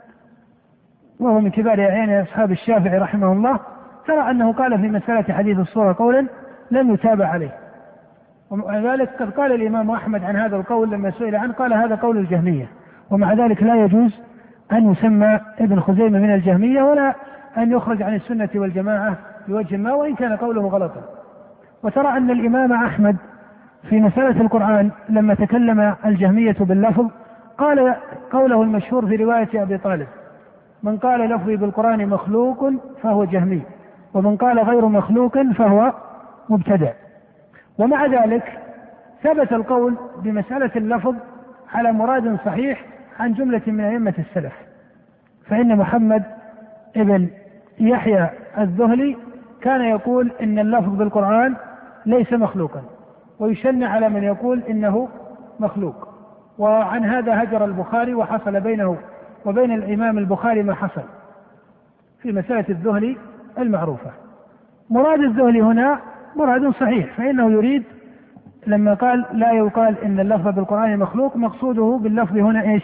وهو من كبار أعيان أصحاب الشافعي رحمه الله، ترى أنه قال في مسألة حديث الصورة قولا لم يتابع عليه. ومع ذلك قد قال الإمام أحمد عن هذا القول لما سئل عنه قال هذا قول الجهمية، ومع ذلك لا يجوز أن يسمى ابن خزيمة من الجهمية ولا أن يخرج عن السنة والجماعة بوجه ما وإن كان قوله غلطا. وترى أن الإمام أحمد في مسألة القرآن لما تكلم الجهمية باللفظ قال قوله المشهور في رواية أبي طالب: من قال لفظي بالقرآن مخلوق فهو جهمي، ومن قال غير مخلوق فهو مبتدع. ومع ذلك ثبت القول بمسألة اللفظ على مراد صحيح عن جملة من أئمة السلف، فإن محمد ابن يحيى الذهلي كان يقول إن اللفظ بالقرآن ليس مخلوقا، ويشنع على من يقول إنه مخلوق. وعن هذا هجر البخاري، وحصل بينه وبين الإمام البخاري ما حصل في مسألة الذهلي المعروفة. مراد الذهلي هنا مراد صحيح، فإنه يريد لما قال لا يقال إن اللفظ بالقرآن مخلوق، مقصوده باللفظ هنا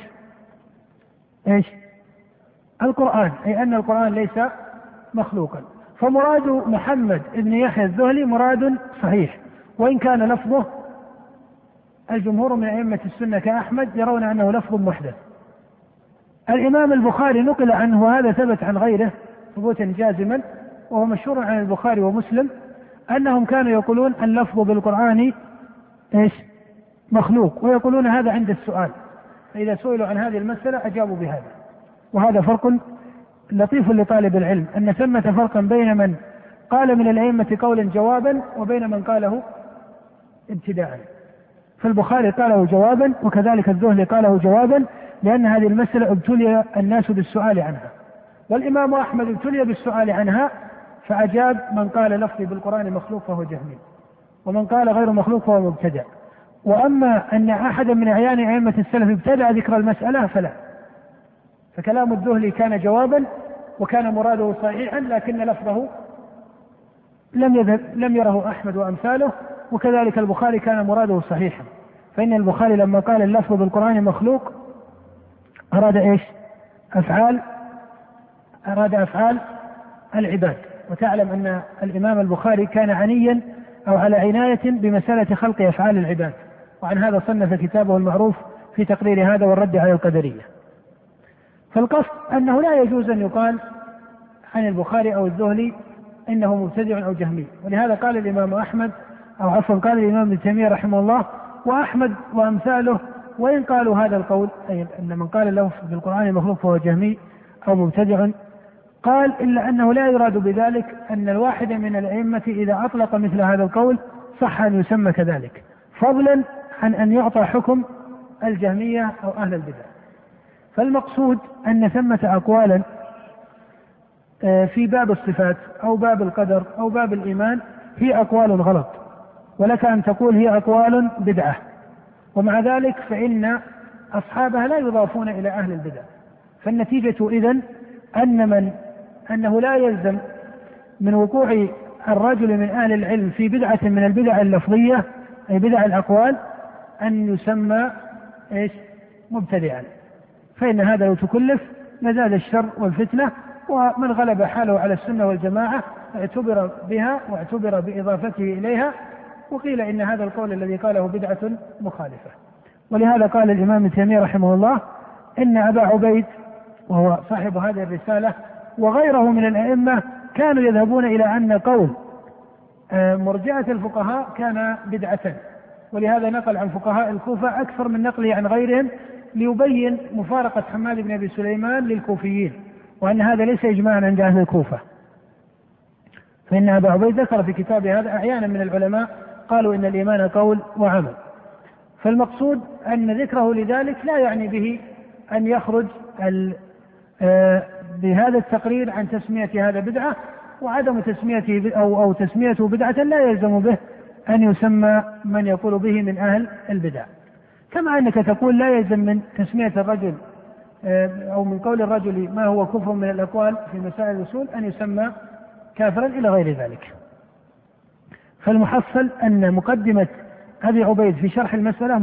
إيش؟ القرآن، أي أن القرآن ليس مخلوقا. فمراد محمد ابن يحيى الذهلي مراد صحيح، وإن كان لفظه الجمهور من أئمة السنة كأحمد يرون أنه لفظ محدث. الإمام البخاري نقل عنه وهذا ثبت عن غيره ثبوتا جازما، وهو مشهور عن البخاري ومسلم أنهم كانوا يقولون اللفظ بالقرآن مخلوق، ويقولون هذا عند السؤال، فإذا سئلوا عن هذه المسألة أجابوا بهذا. وهذا فرق لطيف لطالب العلم، أن ثمة فرقا بين من قال من الأئمة قولا جوابا وبين من قاله ابتداء. فالبخاري قاله جوابا، وكذلك الذهلي قاله جوابا، لأن هذه المسألة ابتلي الناس بالسؤال عنها، والإمام أحمد ابتلي بالسؤال عنها فأجاب: من قال لفظي بالقرآن مخلوق فهو جهمي، ومن قال غير مخلوق فهو مبتدع. وأما أن أحدا من أعيان أئمة السلف ابتدع ذكر المسألة فلا. فكلام الذهلي كان جوابا وكان مراده صحيحا، لكن لفظه لم يره أحمد وأمثاله، وكذلك البخاري كان مراده صحيحا. فإن البخاري لما قال اللفظ بالقرآن مخلوق أراد إيش؟ أراد أفعال العباد. وتعلم أن الإمام البخاري كان عنيا أو على عناية بمسألة خلق أفعال العباد، وعن هذا صنف كتابه المعروف في تقرير هذا والرد على القدرية. فالقصد أنه لا يجوز أن يقال عن البخاري أو الذهلي إنه مبتدع أو جهمي. ولهذا قال الإمام أحمد أو عفوا قال الإمام ابن تيمية رحمه الله وأحمد وأمثاله: وإن قالوا هذا القول، أي أن من قال له بالقرآن مخلوق فهو جهمي أو مبتدع، قال: إلا أنه لا يراد بذلك أن الواحد من الأئمة إذا أطلق مثل هذا القول صح أن يسمى كذلك، فضلا عن أن يعطى حكم الجهمية أو أهل البدع. فالمقصود أن ثمة أقوالا في باب الصفات أو باب القدر أو باب الإيمان هي أقوال غلط، ولك أن تقول هي أقوال بدعة، ومع ذلك فإن أصحابها لا يضافون إلى أهل البدع. فالنتيجة إذن أنه لا يلزم من وقوع الرجل من أهل العلم في بدعة من البدع اللفظية أي بدع الأقوال أن يسمى مبتدعا، فإن هذا لو تكلف لزاد الشر والفتنة. ومن غلب حاله على السنة والجماعة اعتبر بها واعتبر بإضافته إليها، وقيل إن هذا القول الذي قاله بدعة مخالفة. ولهذا قال الإمام ابن تيمية رحمه الله: إن أبا عبيد وهو صاحب هذه الرسالة وغيره من الأئمة كانوا يذهبون إلى أن قول مرجعة الفقهاء كان بدعة، ولهذا نقل عن فقهاء الكوفة أكثر من نقله عن غيرهم ليبين مفارقة حماد بن أبي سليمان للكوفيين، وأن هذا ليس إجماعا عند أهل الكوفة. فإن أبا عبيد ذكر في كتابه هذا أحيانا من العلماء قالوا إن الإيمان قول وعمل. فالمقصود أن ذكره لذلك لا يعني به أن يخرج بهذا التقرير عن تسمية هذا بدعة، وعدم تسميته أو تسميته بدعة لا يلزم به أن يسمى من يقول به من أهل البدع. كما أنك تقول لا يلزم من تسمية الرجل أو من قول الرجل ما هو كفر من الأقوال في مسائل الأصول أن يسمى كافرا إلى غير ذلك. فالمحصل أن مقدمة أبي عبيد في شرح المسألة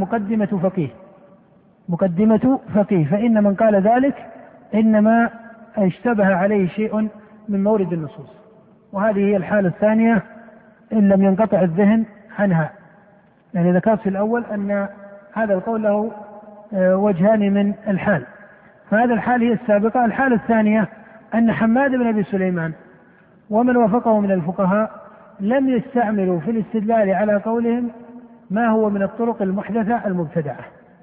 مقدمة فقيه، فإن من قال ذلك إنما اشتبه عليه شيء من مورد النصوص، وهذه هي الحالة الثانية إن لم ينقطع الذهن عنها. يعني ذكرت في الأول أن هذا القول له وجهان من الحال، فهذا الحال هي السابقة. الحالة الثانية أن حماد بن أبي سليمان ومن وافقه من الفقهاء لم يستعملوا في الاستدلال على قولهم ما هو من الطرق المحدثة المبتدعة،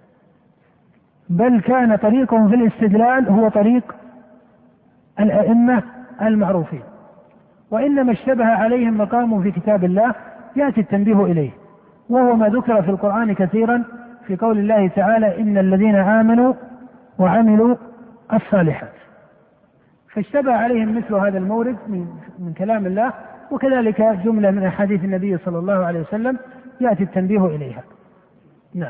بل كان طريقهم في الاستدلال هو طريق الأئمة المعروفين، وإنما اشتبه عليهم مقام في كتاب الله يأتي التنبيه إليه، وهو ما ذكر في القرآن كثيرا في قول الله تعالى: إن الذين آمنوا وعملوا الصالحات. فاشتبه عليهم مثل هذا المورد من كلام الله، وكذلك جملة من أحاديث النبي صلى الله عليه وسلم يأتي التنبيه إليها. نعم.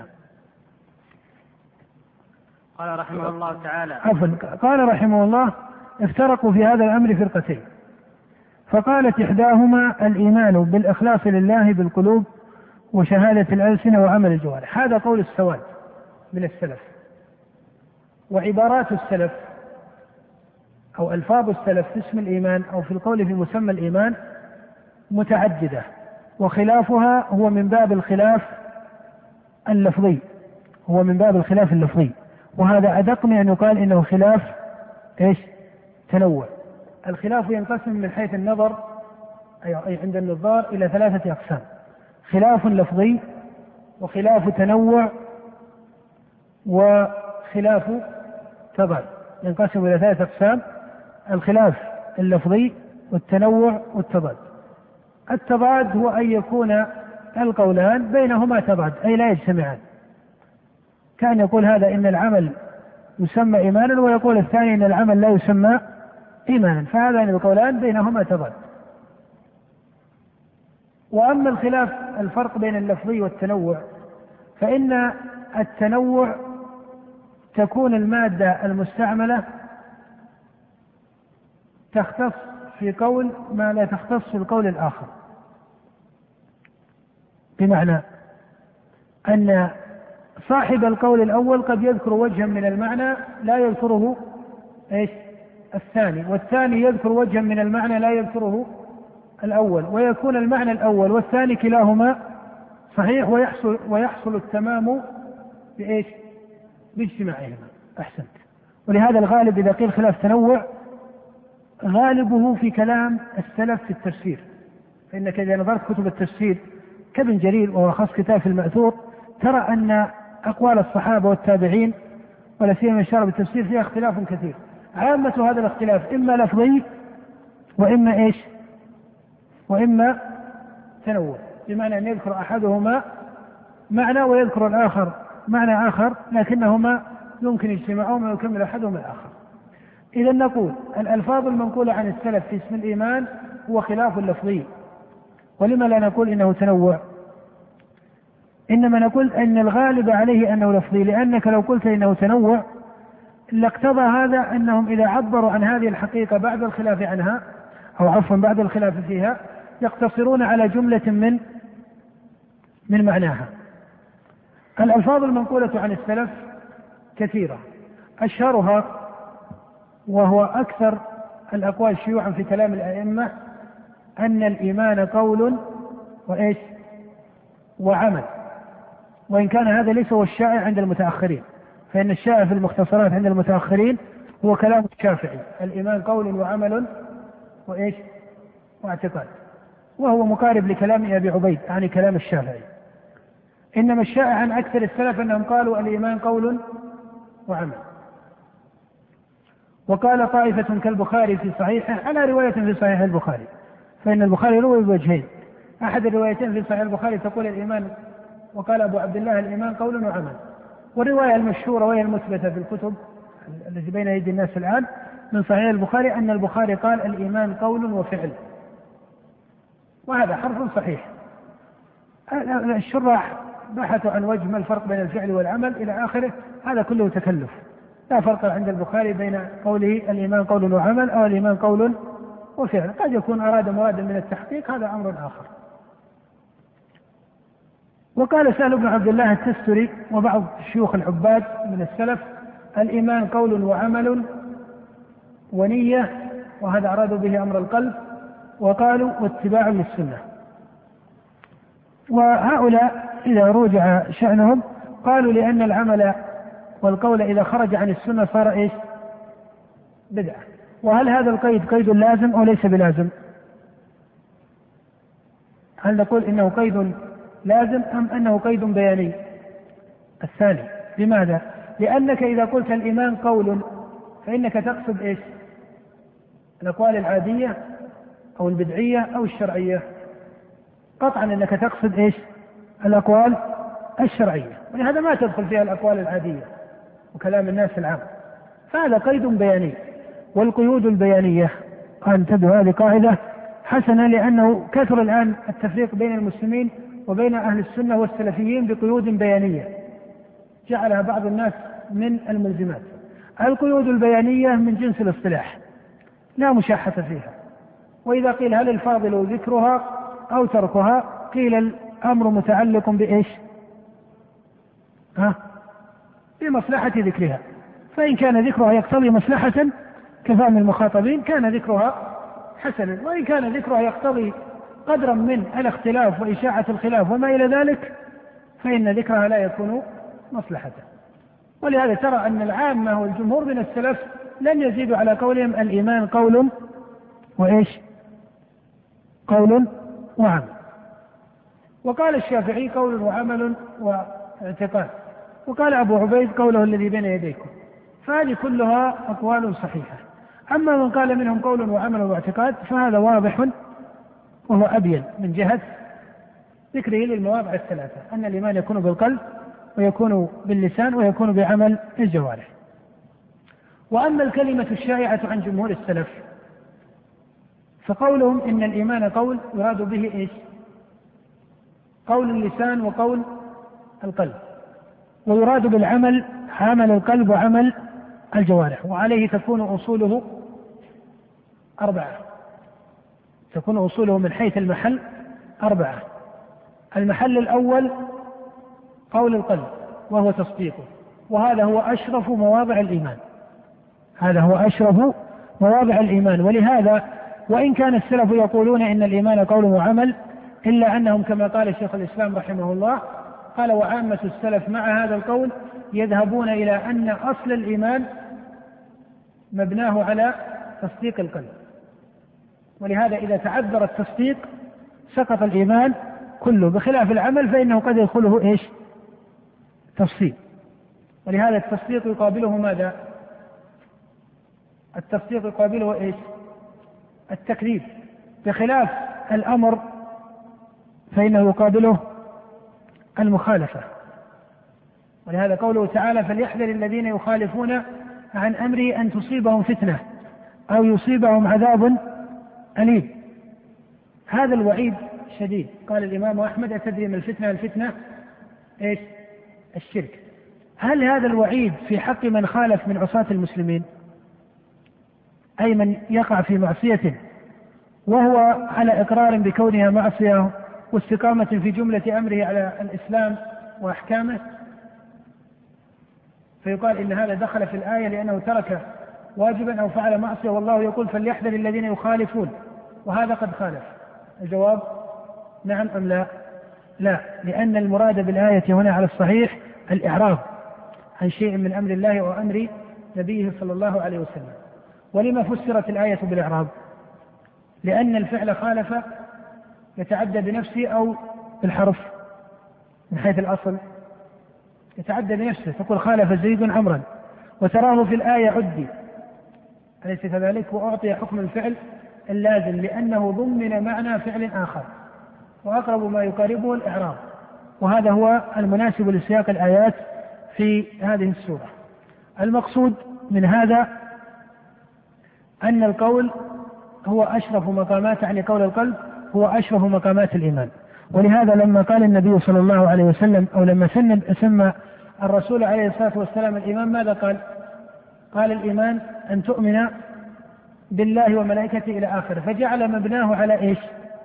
قال رحمه الله تعالى قال رحمه الله: افترقوا في هذا الأمر فرقتين، فقالت إحداهما الإيمان بالإخلاص لله بالقلوب وشهادة الألسنة وعمل الجوارح. هذا قول السواد من السلف. وعبارات السلف أو ألفاظ السلف في اسم الإيمان أو في القول في مسمى الإيمان متعددة، وخلافها هو من باب الخلاف اللفظي، وهذا أدق من أن يقال إنه خلاف تنوع. الخلاف ينقسم من حيث النظر أي عند النظار إلى 3 أقسام: خلاف لفظي، وخلاف تنوع، وخلاف تضاد. ينقسم إلى 3 أقسام: الخلاف اللفظي والتنوع والتضاد. التضاد هو أن يكون القولان بينهما تضاد أي لا يجتمعان، كان يقول هذا إن العمل يسمى إيمانا، ويقول الثاني إن العمل لا يسمى إيمانا، فهذان القولان بينهما تضاد. وأما الخلاف الفرق بين اللفظي والتنوع، فإن التنوع تكون المادة المستعملة تختص في قول ما لا تختص في القول الآخر، بمعنى أن صاحب القول الأول قد يذكر وجها من المعنى لا يذكره الثاني، والثاني يذكر وجها من المعنى لا يذكره الأول، ويكون المعنى الأول والثاني كلاهما صحيح، ويحصل التمام باجتماعهما. أحسنت. ولهذا الغالب إذا قيل خلاف تنوع غالبه في كلام السلف في التفسير، فإنك إذا نظرت كتب التفسير كابن جرير وهو خاص كتاب في المأثور ترى أن أقوال الصحابة والتابعين ولا سيما الشارع بالتفسير فيها اختلاف كثير. عامة هذا الاختلاف إما لفظي وإما تنوع، بمعنى أن يذكر أحدهما معنى ويذكر الآخر معنى آخر، لكنهما يمكن اجتماعهما ويكمل أحدهما الآخر. إذا نقول الألفاظ المنقولة عن السلف في اسم الإيمان هو خلاف لفظي. ولما لا نقول إنه تنوع؟ إنما نقول أن الغالب عليه أنه لفظي، لأنك لو قلت إنه تنوع لاقتضى هذا أنهم إذا عبروا عن هذه الحقيقة بعد الخلاف عنها أو عفوا بعد الخلاف فيها يقتصرون على جملة من معناها. الألفاظ المنقولة عن السلف كثيرة، أشهرها وهو أكثر الأقوال شيوعا في كلام الأئمة أن الإيمان قول وعمل، وإن كان هذا ليس هو الشائع عند المتأخرين، فإن الشائع في المختصرات عند المتأخرين هو كلام الشافعي، الإيمان قول وعمل واعتقاد، وهو مقارب لكلام أبي عبيد عن كلام الشافعي. إنما الشائع عن أكثر السلف أنهم قالوا الإيمان قول وعمل. وقال طائفة كالبخاري في صحيحه على رواية في صحيح البخاري، فإن البخاري روي بوجهين، أحد الروايتين في صحيح البخاري تقول الإيمان، وقال أبو عبد الله الإيمان قول وعمل، والرواية المشهورة وهي المثبتة في الكتب التي بين أيدي الناس الآن من صحيح البخاري أن البخاري قال الإيمان قول وفعل، وهذا حرف صحيح. الشراح بحثوا عن وجه ما الفرق بين الفعل والعمل إلى آخره، هذا كله تكلف، لا فرق عند البخاري بين قوله الإيمان قول وعمل أو الإيمان قول وفعل، قد يكون أراد مرادا من التحقيق، هذا أمر آخر. وقال سهل بن عبد الله التستري وبعض شيوخ العباد من السلف الإيمان قول وعمل ونية، وهذا أرادوا به أمر القلب، وقالوا واتباع للسنة. وهؤلاء إذا رجع شأنهم قالوا لأن العمل والقول إذا خرج عن السنة صار بدعة. وهل هذا القيد قيد لازم أو ليس بلازم؟ هل نقول إنه قيد لازم أم أنه قيد بياني؟ الثاني. لماذا؟ لأنك إذا قلت الإيمان قول فإنك تقصد الأقوال العادية أو البدعية أو الشرعية، قطعا أنك تقصد الأقوال الشرعية، ولهذا ما تدخل فيها الأقوال العادية وكلام الناس العام، فهذا قيد بياني. والقيود البيانية انتبهوا هذه قاعدة حسنة، لأنه كثر الآن التفريق بين المسلمين وبين أهل السنة والسلفيين بقيود بيانية جعلها بعض الناس من الملزمات. القيود البيانية من جنس الاصطلاح لا مشاحة فيها، وإذا قيل هل الفاضل ذكرها أو تركها قيل الأمر متعلق بمصلحة ذكرها، فإن كان ذكرها يقتضي مصلحة كفهم المخاطبين كان ذكرها حسنا، وإن كان ذكرها يقتضي قدرا من الاختلاف وإشاعة الخلاف وما إلى ذلك فإن ذكرها لا يكون مصلحة. ولهذا ترى أن العامة والجمهور من السلف لن يزيدوا على قولهم الإيمان قول قول وعمل. وقال الشافعي قول وعمل واعتقاد، وقال أبو عبيد قوله الذي بين يديكم، فهذه كلها أقوال صحيحة. أما من قال منهم قول وعمل واعتقاد فهذا واضح وهو أبين من جهة ذكره للمواضع الثلاثة، أن الإيمان يكون بالقلب ويكون باللسان ويكون بعمل الجوارح. وأما الكلمة الشائعة عن جمهور السلف فقولهم إن الإيمان قول يراد به إيش؟ قول اللسان وقول القلب، ويراد بالعمل عمل القلب وعمل الجوارح، وعليه تكون أصوله 4. تكون أصوله من حيث المحل 4. المحل الأول قول القلب وهو تصديقه، وهذا هو أشرف مواضع الإيمان. هذا هو أشرف مواضع الإيمان. ولهذا وإن كان السلف يقولون إن الإيمان قول وعمل، إلا أنهم كما قال شيخ الإسلام رحمه الله قال: وعامة السلف مع هذا القول يذهبون إلى أن أصل الإيمان مبناه على تصديق القلب، ولهذا إذا تعذر التصديق سقط الإيمان كله، بخلاف العمل فإنه قد يدخله إيش؟ تفصيل. ولهذا التصديق يقابله ماذا؟ التصديق يقابله إيش؟ التكذيب، بخلاف الأمر فإنه يقابله المخالفة. ولهذا قوله تعالى: فليحذر الذين يخالفون عن أمره أن تصيبهم فتنة أو يصيبهم عذاب أليم. هذا الوعيد شديد. قال الإمام أحمد: أتدري ما الفتنة؟ الفتنة إيش؟ الشرك. هل هذا الوعيد في حق من خالف من عصاة المسلمين، أي من يقع في معصية وهو على إقرار بكونها معصية واستقامة في جملة أمره على الإسلام وأحكامه، فيقال إن هذا دخل في الآية لأنه ترك واجبا أو فعل معصية، والله يقول: فليحذر الذين يخالفون، وهذا قد خالف؟ الجواب: نعم أم لا؟ لا، لأن المراد بالآية هنا على الصحيح الإعراض عن شيء من أمر الله وأمر نبيه صلى الله عليه وسلم. ولما فسرت الآية بالإعراض؟ لأن الفعل خالف يتعدى بنفسه أو بالحرف. من حيث الأصل يتعدى بنفسه، تقول: خالف زيد عمرا، وتراه في الآية عدي، أليس كذلك؟ وأعطي حكم الفعل اللازم لأنه ضمن معنى فعل آخر، وأقرب ما يقاربه الإعراب، وهذا هو المناسب لسياق الآيات في هذه السورة. المقصود من هذا أن القول هو أشرف مقامات، يعني قول القلب هو أشرف مقامات الإيمان. ولهذا لما قال النبي صلى الله عليه وسلم، أو لما سمى الرسول عليه الصلاة والسلام الإيمان، ماذا قال؟ قال: الإيمان أن تؤمن بالله وملائكته إلى آخره، فجعل مبناه على إيش؟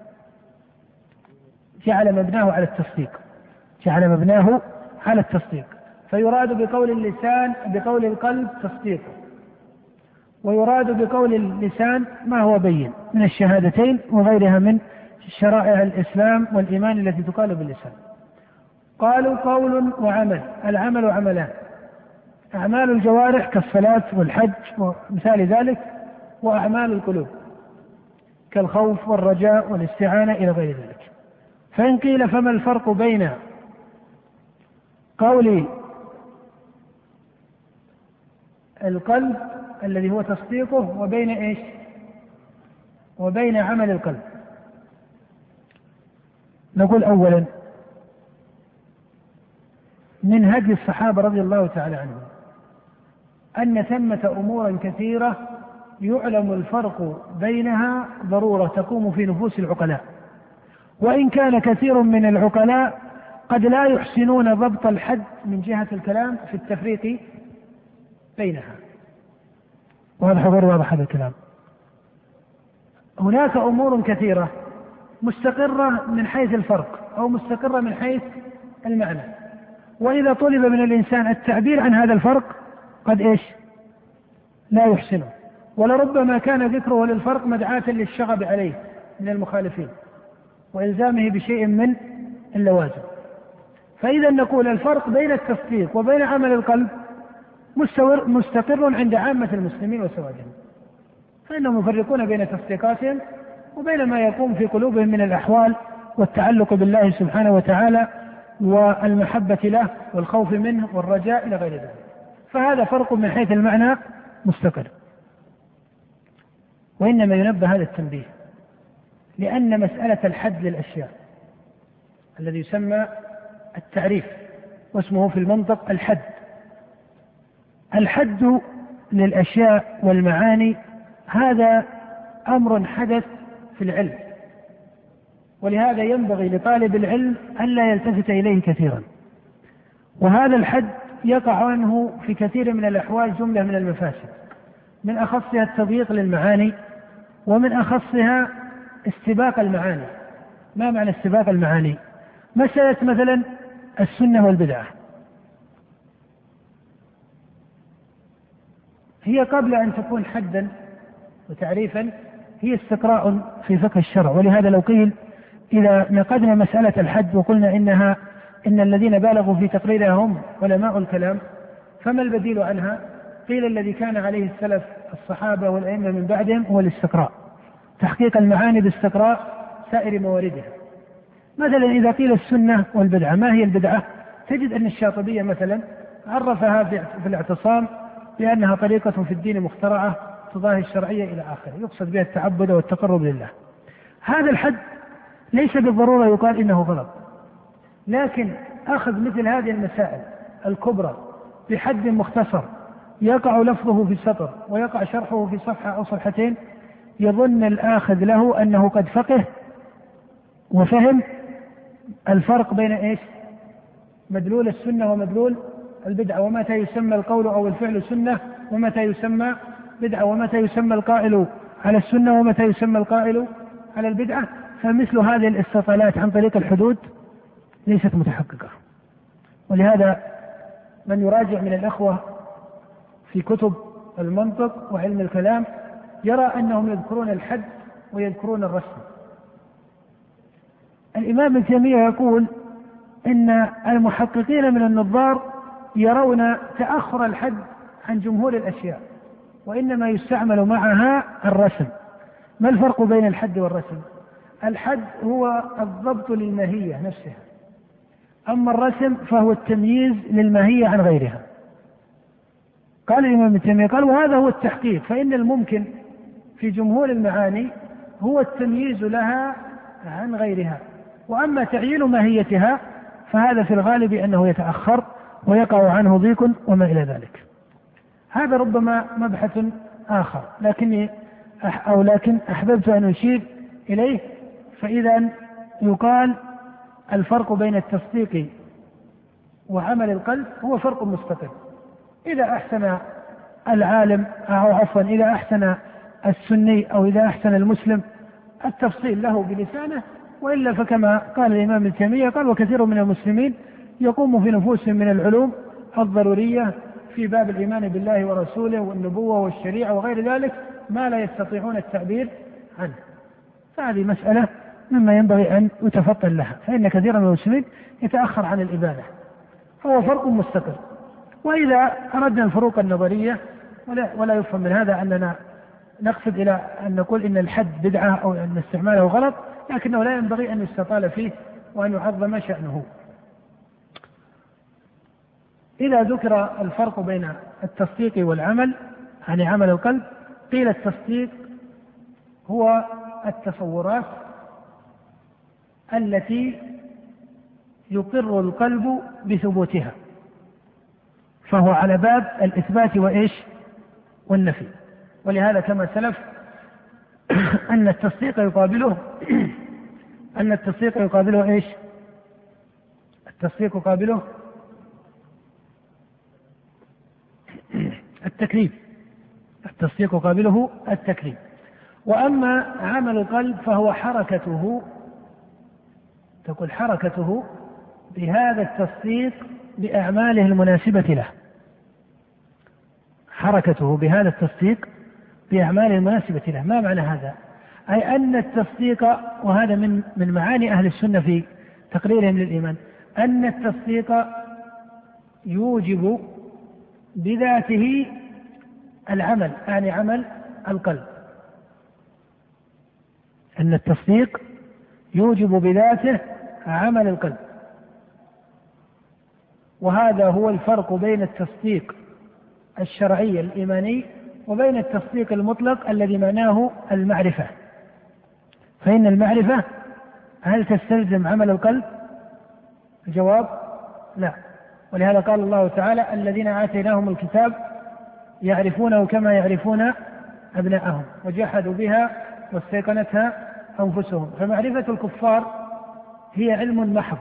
جعل مبناه على التصديق، جعل مبناه على التصديق. فيراد بقول اللسان بقول القلب تصديقه، ويراد بقول اللسان ما هو بين من الشهادتين وغيرها من شرائع الإسلام والإيمان التي تقال باللسان. قالوا: قول وعمل. العمل عملان: أعمال الجوارح كالصلاة والحج ومثال ذلك، وأعمال القلوب كالخوف والرجاء والاستعانة إلى غير ذلك. فإن قيل: فما الفرق بين قول القلب الذي هو تصديقه وبين إيش؟ وبين عمل القلب؟ نقول: أولا، من هدي الصحابة رضي الله تعالى عنهم أن ثمة أمورا كثيرة يعلم الفرق بينها ضرورة تقوم في نفوس العقلاء، وإن كان كثير من العقلاء قد لا يحسنون ضبط الحد من جهة الكلام في التفريق بينها. واضح غير واضح هذا الكلام؟ هناك أمور كثيرة مستقرة من حيث الفرق أو مستقرة من حيث المعنى، وإذا طلب من الإنسان التعبير عن هذا الفرق قد إيش؟ لا يحسنه، ولربما كان ذكره للفرق مدعاة للشغب عليه من المخالفين وإلزامه بشيء من اللوازم. فإذا نقول الفرق بين التصديق وبين عمل القلب مستقر عند عامة المسلمين وسوادهم، فإنهم يفرقون بين تصديقاتهم وبين ما يقوم في قلوبهم من الأحوال والتعلق بالله سبحانه وتعالى والمحبة له والخوف منه والرجاء إلى غير ذلك. فهذا فرق من حيث المعنى مستقر. وإنما ينبه هذا التنبيه لأن مسألة الحد للأشياء الذي يسمى التعريف، واسمه في المنطق الحد. الحد للأشياء والمعاني هذا أمر حدث في العلم، ولهذا ينبغي لطالب العلم ألا يلتفت إليه كثيرا. وهذا الحد يقع عنه في كثير من الأحوال جملة من المفاسد، من أخصها التضييق للمعاني، ومن أخصها استباق المعاني. ما معنى استباق المعاني؟ مسألة مثلا السنة والبدعة هي قبل أن تكون حدا وتعريفا هي استقراء في فقه الشرع. ولهذا لو قيل إذا نقدنا مسألة الحد وقلنا إن الذين بالغوا في تقريرها هم علماء الكلام، فما البديل عنها؟ قيل الذي كان عليه السلف الصحابة والأئمة من بعدهم هو الاستقراء، تحقيق المعاني باستقراء سائر مواردها. مثلا إذا قيل السنة والبدعة، ما هي البدعة؟ تجد أن الشاطبية مثلا عرفها في الاعتصام بأنها طريقة في الدين مخترعة تضاهي الشرعية إلى آخره، يقصد بها التعبد والتقرب لله. هذا الحد ليس بالضرورة يقال إنه غلط، لكن أخذ مثل هذه المسائل الكبرى بحد مختصر يقع لفظه في سطر ويقع شرحه في صفحة أو صفحتين، يظن الآخذ له أنه قد فقه وفهم الفرق بين مدلول السنة ومدلول البدعة، ومتى يسمى القول أو الفعل سنة ومتى يسمى بدعة، ومتى يسمى القائل على السنة ومتى يسمى القائل على البدعة. فمثل هذه الاستطالات عن طريق الحدود ليست متحققة. ولهذا من يراجع من الأخوة في كتب المنطق وعلم الكلام يرى أنهم يذكرون الحد ويذكرون الرسم. الإمام ابن تيمية يقول إن المحققين من النظار يرون تأخر الحد عن جمهور الأشياء، وإنما يستعمل معها الرسم. ما الفرق بين الحد والرسم؟ الحد هو الضبط للماهية نفسها، أما الرسم فهو التمييز للماهية عن غيرها. قال الإمام ابن تيمية قال وهذا هو التحقيق، فإن الممكن في جمهور المعاني هو التمييز لها عن غيرها، وأما تعيين ماهيتها فهذا في الغالب أنه يتأخر ويقع عنه ضيق وما إلى ذلك. هذا ربما مبحث آخر، لكن أحببت أن أشير إليه. فإذا يقال الفرق بين التصديق وعمل القلب هو فرق مستقل. إذا أحسن العالم أو عفوا إذا أحسن السني أو إذا أحسن المسلم التفصيل له بلسانه، وإلا فكما قال الإمام ابن تيمية قال وكثير من المسلمين يقوم في نفوسهم من العلوم الضرورية في باب الإيمان بالله ورسوله والنبوة والشريعة وغير ذلك ما لا يستطيعون التعبير عنه. فهذه مسألة مما ينبغي أن يتفطن لها، فإن كثيرا من المسلمين يتأخر عن الإبادة، فهو فرق مستقل. وإذا أردنا الفروق النظرية ولا يفهم من هذا أننا نقصد إلى أن نقول إن الحد بدعة أو أن استعماله غلط، لكنه لا ينبغي أن يستطال فيه وأن يعظم شأنه. إذا ذكر الفرق بين التصديق والعمل يعني عمل القلب، قيل التصديق هو التصورات التي يقر القلب بثبوتها، فهو على باب الإثبات والنفي. ولهذا كما سلف أن التصديق يقابله التصديق يقابله التكذيب. التصديق يقابله التكذيب. وأما عمل القلب فهو حركته بهذا التصديق بأعماله المناسبة له. حركته بهذا التصديق بأعماله المناسبة له. ما معنى هذا؟ أي أن التصديق، وهذا من معاني أهل السنة في تقريرهم للإيمان، أن التصديق يوجب بذاته العمل، يعني عمل القلب. أن التصديق يوجب بذاته عمل القلب، وهذا هو الفرق بين التصديق الشرعي الإيماني وبين التصديق المطلق الذي معناه المعرفة. فإن المعرفة هل تستلزم عمل القلب؟ الجواب لا. ولهذا قال الله تعالى الذين آتيناهم الكتاب يعرفونه كما يعرفون أبناءهم وجحدوا بها واستيقنتها أنفسهم. فمعرفة الكفار هي علم محض،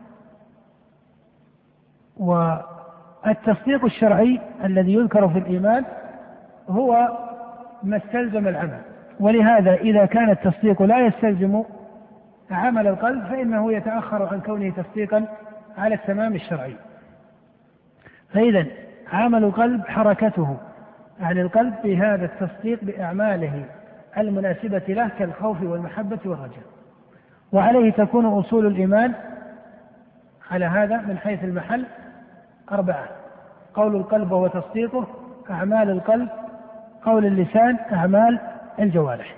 والتصديق الشرعي الذي يذكر في الإيمان هو ما استلزم العمل. ولهذا إذا كان التصديق لا يستلزم عمل القلب فإنه يتأخر عن كونه تصديقا على التمام الشرعي. فإذا عمل القلب حركته عن القلب بهذا التصديق بأعماله المناسبة له كالخوف والمحبة والرجاء. وعليه تكون أصول الإيمان على هذا من حيث المحل 4: قول القلب وهو تصديقه، أعمال القلب، قول اللسان، أعمال الجوارح.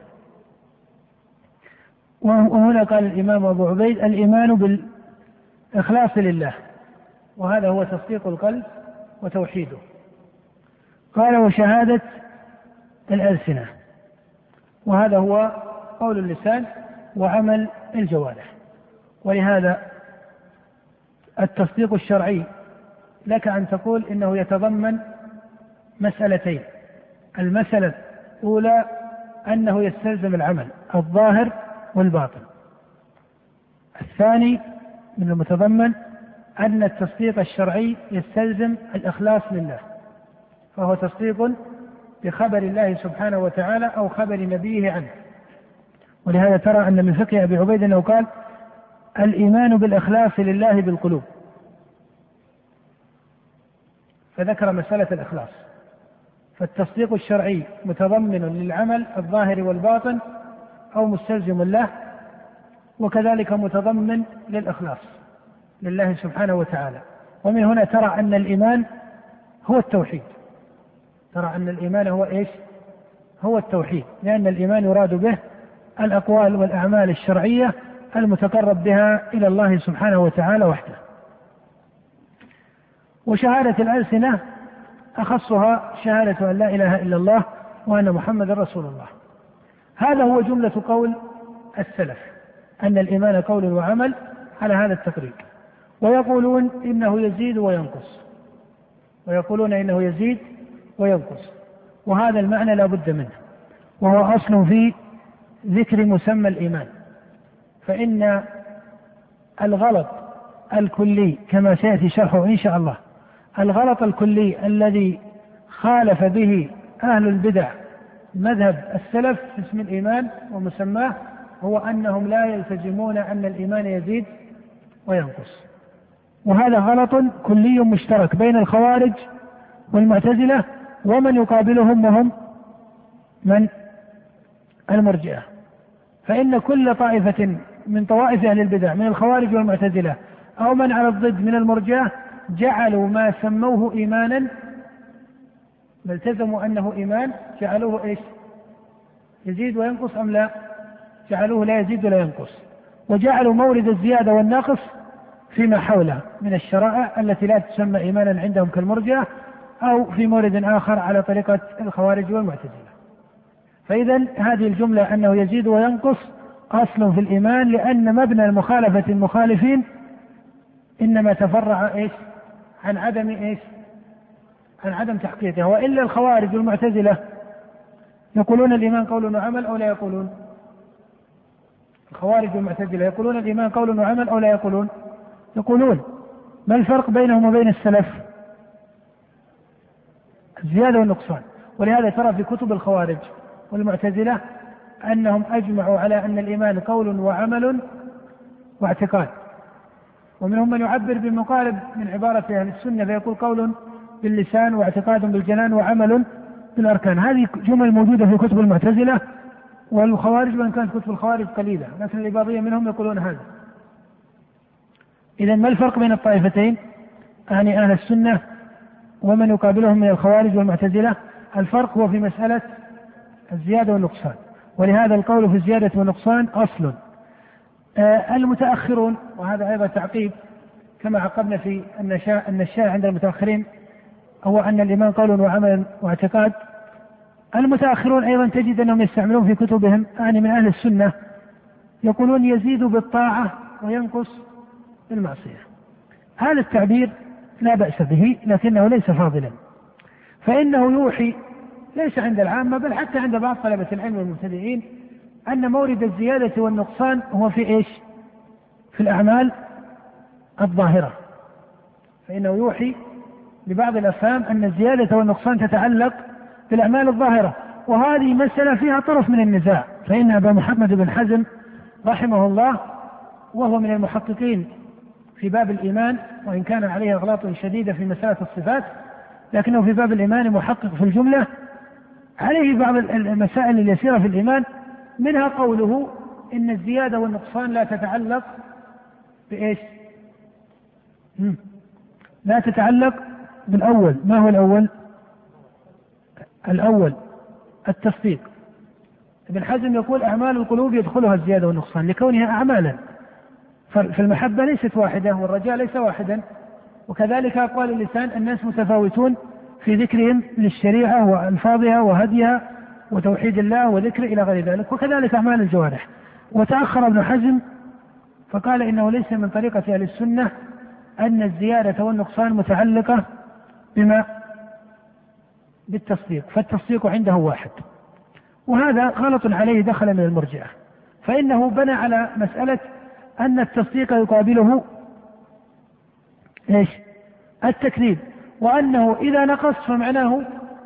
وهنا قال الإمام أبو عبيد: الإيمان بالإخلاص لله، وهذا هو تصديق القلب وتوحيده. قال: وشهادة الألسنة، وهذا هو قول اللسان وعمل الجوارح. ولهذا التصديق الشرعي لك أن تقول إنه يتضمن مسألتين: المسألة الأولى أنه يستلزم العمل الظاهر والباطن. الثاني من المتضمن أن التصديق الشرعي يستلزم الإخلاص لله، فهو تصديق بخبر الله سبحانه وتعالى أو خبر نبيه عنه. ولهذا ترى أن من فقه أبي عبيد أنه قال: الإيمان بالإخلاص لله بالقلوب، فذكر مسألة الإخلاص. فالتصديق الشرعي متضمن للعمل الظاهر والباطن أو مستلزم له، وكذلك متضمن للإخلاص لله سبحانه وتعالى. ومن هنا ترى أن الإيمان هو التوحيد، ترى أن الإيمان هو إيش؟ هو التوحيد، لأن الإيمان يراد به الأقوال والأعمال الشرعية المتقرب بها إلى الله سبحانه وتعالى وحده. وشهادة الألسنة أخصها شهادة أن لا إله إلا الله وأن محمد رسول الله. هذا هو جملة قول السلف، أن الإيمان قول وعمل على هذا التقريب. ويقولون إنه يزيد وينقص، ويقولون إنه يزيد وينقص، وهذا المعنى لا بد منه، وهو أصل في ذكر مسمى الإيمان. فإن الغلط الكلي كما سيأتي شرحه إن شاء الله، الغلط الكلي الذي خالف به أهل البدع مذهب السلف في اسم الإيمان ومسماه، هو أنهم لا يلتزمون أن الإيمان يزيد وينقص. وهذا غلط كلي مشترك بين الخوارج والمعتزلة ومن يقابلهم وهم من المرجئة. فإن كل طائفة من طوائف أهل البدع من الخوارج والمعتزلة أو من على الضد من المرجئة جعلوا ما سموه إيمانا، التزموا أنه إيمان، جعلوه إيش؟ يزيد وينقص أم لا؟ جعلوه لا يزيد ولا ينقص، وجعلوا مورد الزيادة والنقص فيما حوله من الشرائع التي لا تسمى إيمانا عندهم كالمرجئة، أو في مورد آخر على طريقة الخوارج والمعتزلة. فإذا هذه الجملة أنه يزيد وينقص أصل في الإيمان، لأن مبنى المخالفة المخالفين إنما تفرع إيش؟ عن عدم إيش؟ عن عدم تحقيقه. وإلا الخوارج والمعتزلة يقولون الإيمان قول وعمل أو لا يقولون؟ الخوارج والمعتزلة يقولون الإيمان قول وعمل أو لا يقولون؟ يقولون. ما الفرق بينهم وبين السلف؟ الزيادة والنقصان. ولهذا ترى في كتب الخوارج والمعتزلة أنهم أجمعوا على أن الإيمان قول وعمل واعتقاد، ومنهم من يعبر بمقارب من عبارة أهل السنة فيقول قول باللسان واعتقاد بالجنان وعمل بالأركان. هذه جمل موجودة في كتب المعتزلة والخوارج، وإن كانت كتب الخوارج قليلة لكن الإباضية منهم يقولون هذا. إذن ما الفرق بين الطائفتين؟ يعني أهل السنة ومن يقابلهم من الخوارج والمعتزلة. الفرق هو في مسألة الزيادة والنقصان، ولهذا القول في الزيادة والنقصان أصل. المتأخرون، وهذا أيضا تعقيب كما عقبنا في النشاء عند المتأخرين، هو أن الإيمان قول وعمل واعتقاد. المتأخرون أيضا تجد أنهم يستعملون في كتبهم يعني من أهل السنة يقولون يزيد بالطاعة وينقص بالمعصية. هذا التعبير لا بأس به لكنه ليس فاضلا، فإنه يوحي ليس عند العامة بل حتى عند بعض طلبة العلم والمبتدئين أن مورد الزيادة والنقصان هو في إيش؟ في الأعمال الظاهرة، فإنه يوحي لبعض الأفهام أن الزيادة والنقصان تتعلق بالأعمال الظاهرة، وهذه مسألة فيها طرف من النزاع. فإن أبا محمد بن حزم رحمه الله وهو من المحققين في باب الإيمان، وإن كان عليه أغلاط شديدة في مسألة الصفات، لكنه في باب الإيمان محقق في الجملة، عليه بعض المسائل اليسيرة في الإيمان، منها قوله إن الزيادة والنقصان لا تتعلق بإيش؟ لا تتعلق بالأول. ما هو الأول؟ الأول التصديق. ابن حزم يقول أعمال القلوب يدخلها الزيادة والنقصان لكونها أعمالا، فالمحبة ليست واحدة والرجاء ليس واحدا، وكذلك أقوال اللسان الناس متفاوتون في ذكرهم للشريعة وألفاظها وهديها وتوحيد الله وذكر إلى غير ذلك، وكذلك أعمال الجوارح. وتأخر ابن حزم فقال إنه ليس من طريقة أهل السنة أن الزيادة والنقصان متعلقة بما بالتصديق، فالتصديق عنده واحد، وهذا غلط عليه، دخل من المرجئة، فإنه بنى على مسألة أن التصديق يقابله إيش؟ التكذيب، وأنه إذا نقص فمعناه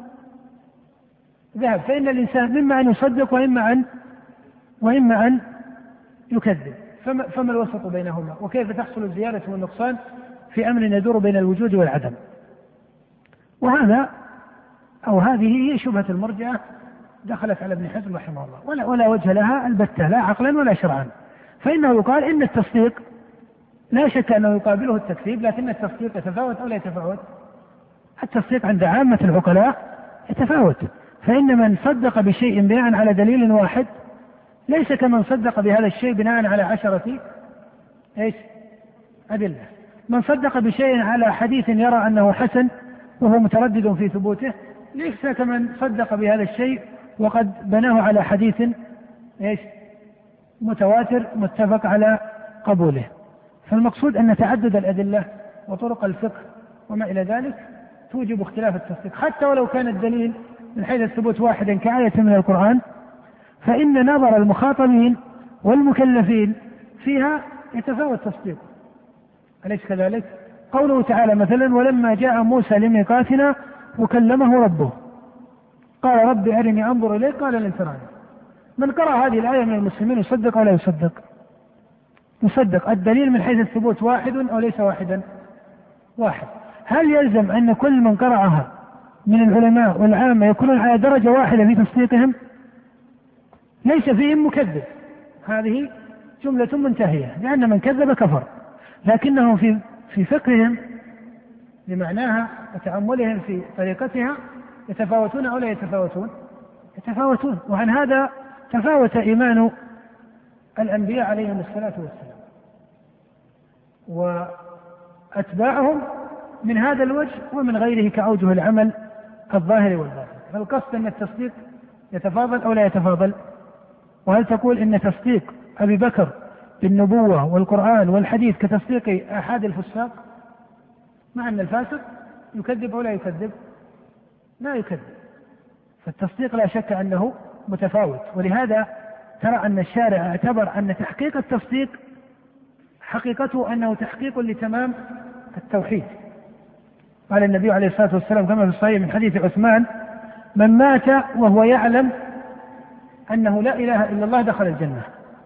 ذهب، فإن الإنسان إما أن يصدق وإما أن يكذب، فما الوسط بينهما؟ وكيف تحصل الزيادة والنقصان في أمر يدور بين الوجود والعدم؟ وهذا أو هذه هي شبهة المرجئة دخلت على ابن حزم رحمه الله، ولا وجه لها البتة، لا عقلا ولا شرعا. فإنه يقال إن التصديق لا شك أنه يقابله التكذيب، لكن التصديق يتفاوت أو لا يتفاوت؟ التصديق عند عامة العقلاء يتفاوت، فإن من صدق بشيء بناء على دليل واحد ليس كمن صدق بهذا الشيء بناء على 10 إيش؟ أدلة. من صدق بشيء على حديث يرى أنه حسن وهو متردد في ثبوته ليس كمن صدق بهذا الشيء وقد بناه على حديث إيش؟ متواتر متفق على قبوله. فالمقصود أن تعدد الأدلة وطرق الفقه وما إلى ذلك توجب اختلاف التصديق، حتى ولو كان الدليل من حيث الثبوت واحدا كآية من القرآن، فإن نظر المخاطبين والمكلفين فيها يتفاوت تصديق، أليس كذلك؟ قوله تعالى مثلا: ولما جاء موسى لميقاتنا وكلمه ربه قال رب أرني أنظر إليك قال لن تراني. من قرأ هذه الآية من المسلمين يصدق أو لا يصدق؟ يصدق. الدليل من حيث الثبوت واحد أو ليس واحدا؟ واحد. هل يلزم أن كل من قرأها من العلماء والعامة يكونون على درجة واحدة في تصديقهم؟ ليس فيهم مكذب، هذه جملة منتهية، لأن من كذب كفر، لكنهم في فقههم بمعناها وتأملهم في طريقتها يتفاوتون أو لا يتفاوتون؟ يتفاوتون. وعن هذا تفاوت إيمان الأنبياء عليهم الصلاة والسلام وأتباعهم من هذا الوجه ومن غيره كأوجه العمل الظاهر والباطن. فالقصد أن التصديق يتفاضل أو لا يتفاضل؟ وهل تقول إن تصديق أبي بكر بالنبوة والقرآن والحديث كتصديق أحد الفساق، مع أن الفاسق يكذب أو لا يكذب؟ لا يكذب. فالتصديق لا شك أنه متفاوت، ولهذا ترى أن الشارع اعتبر أن تحقيق التصديق حقيقته أنه تحقيق لتمام التوحيد. قال النبي عليه الصلاة والسلام كما في الصحيح من حديث عثمان: من مات وهو يعلم أنه لا إله إلا الله دخل الجنة.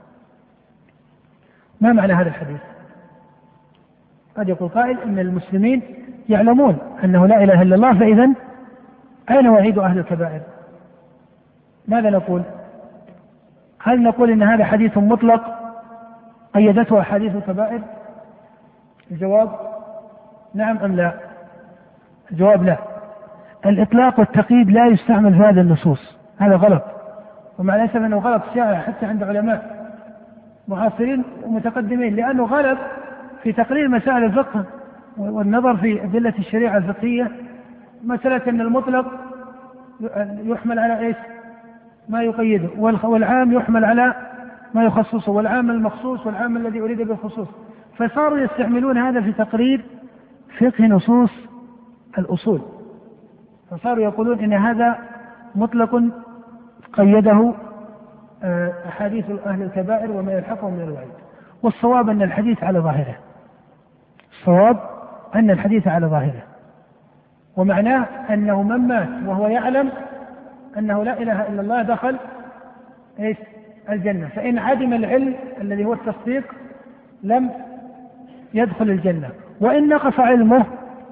ما معنى هذا الحديث؟ قد يقول قائل إن المسلمين يعلمون أنه لا إله إلا الله، فإذا أين وعيد أهل الكبائر؟ ماذا نقول؟ هل نقول إن هذا حديث مطلق قيدته أحاديث الكبائر؟ الجواب نعم أم لا؟ الجواب لا. الإطلاق والتقييد لا يستعمل في هذه النصوص، هذا غلط، ومع الأسف أنه غلط شائع حتى عند علماء معاصرين ومتقدمين، لأنه غلط في تقرير مسائل الفقه والنظر في أدلة الشريعة الفقهية. مسألة أن المطلق يحمل على إيش؟ ما يقيده، والعام يحمل على ما يخصصه، والعام المخصوص والعام الذي أريد بالخصوص، فصاروا يستعملون هذا في تقرير فقه نصوص الأصول، فصاروا يقولون إن هذا مطلق قيده أحاديث أهل الكبائر وما يلحقهم من الوعيد. والصواب أن الحديث على ظاهره، الصواب أن الحديث على ظاهره، ومعناه أنه من مات وهو يعلم أنه لا إله إلا الله دخل الجنة، فإن عدم العلم الذي هو التصديق لم يدخل الجنة، وإن نقص علمه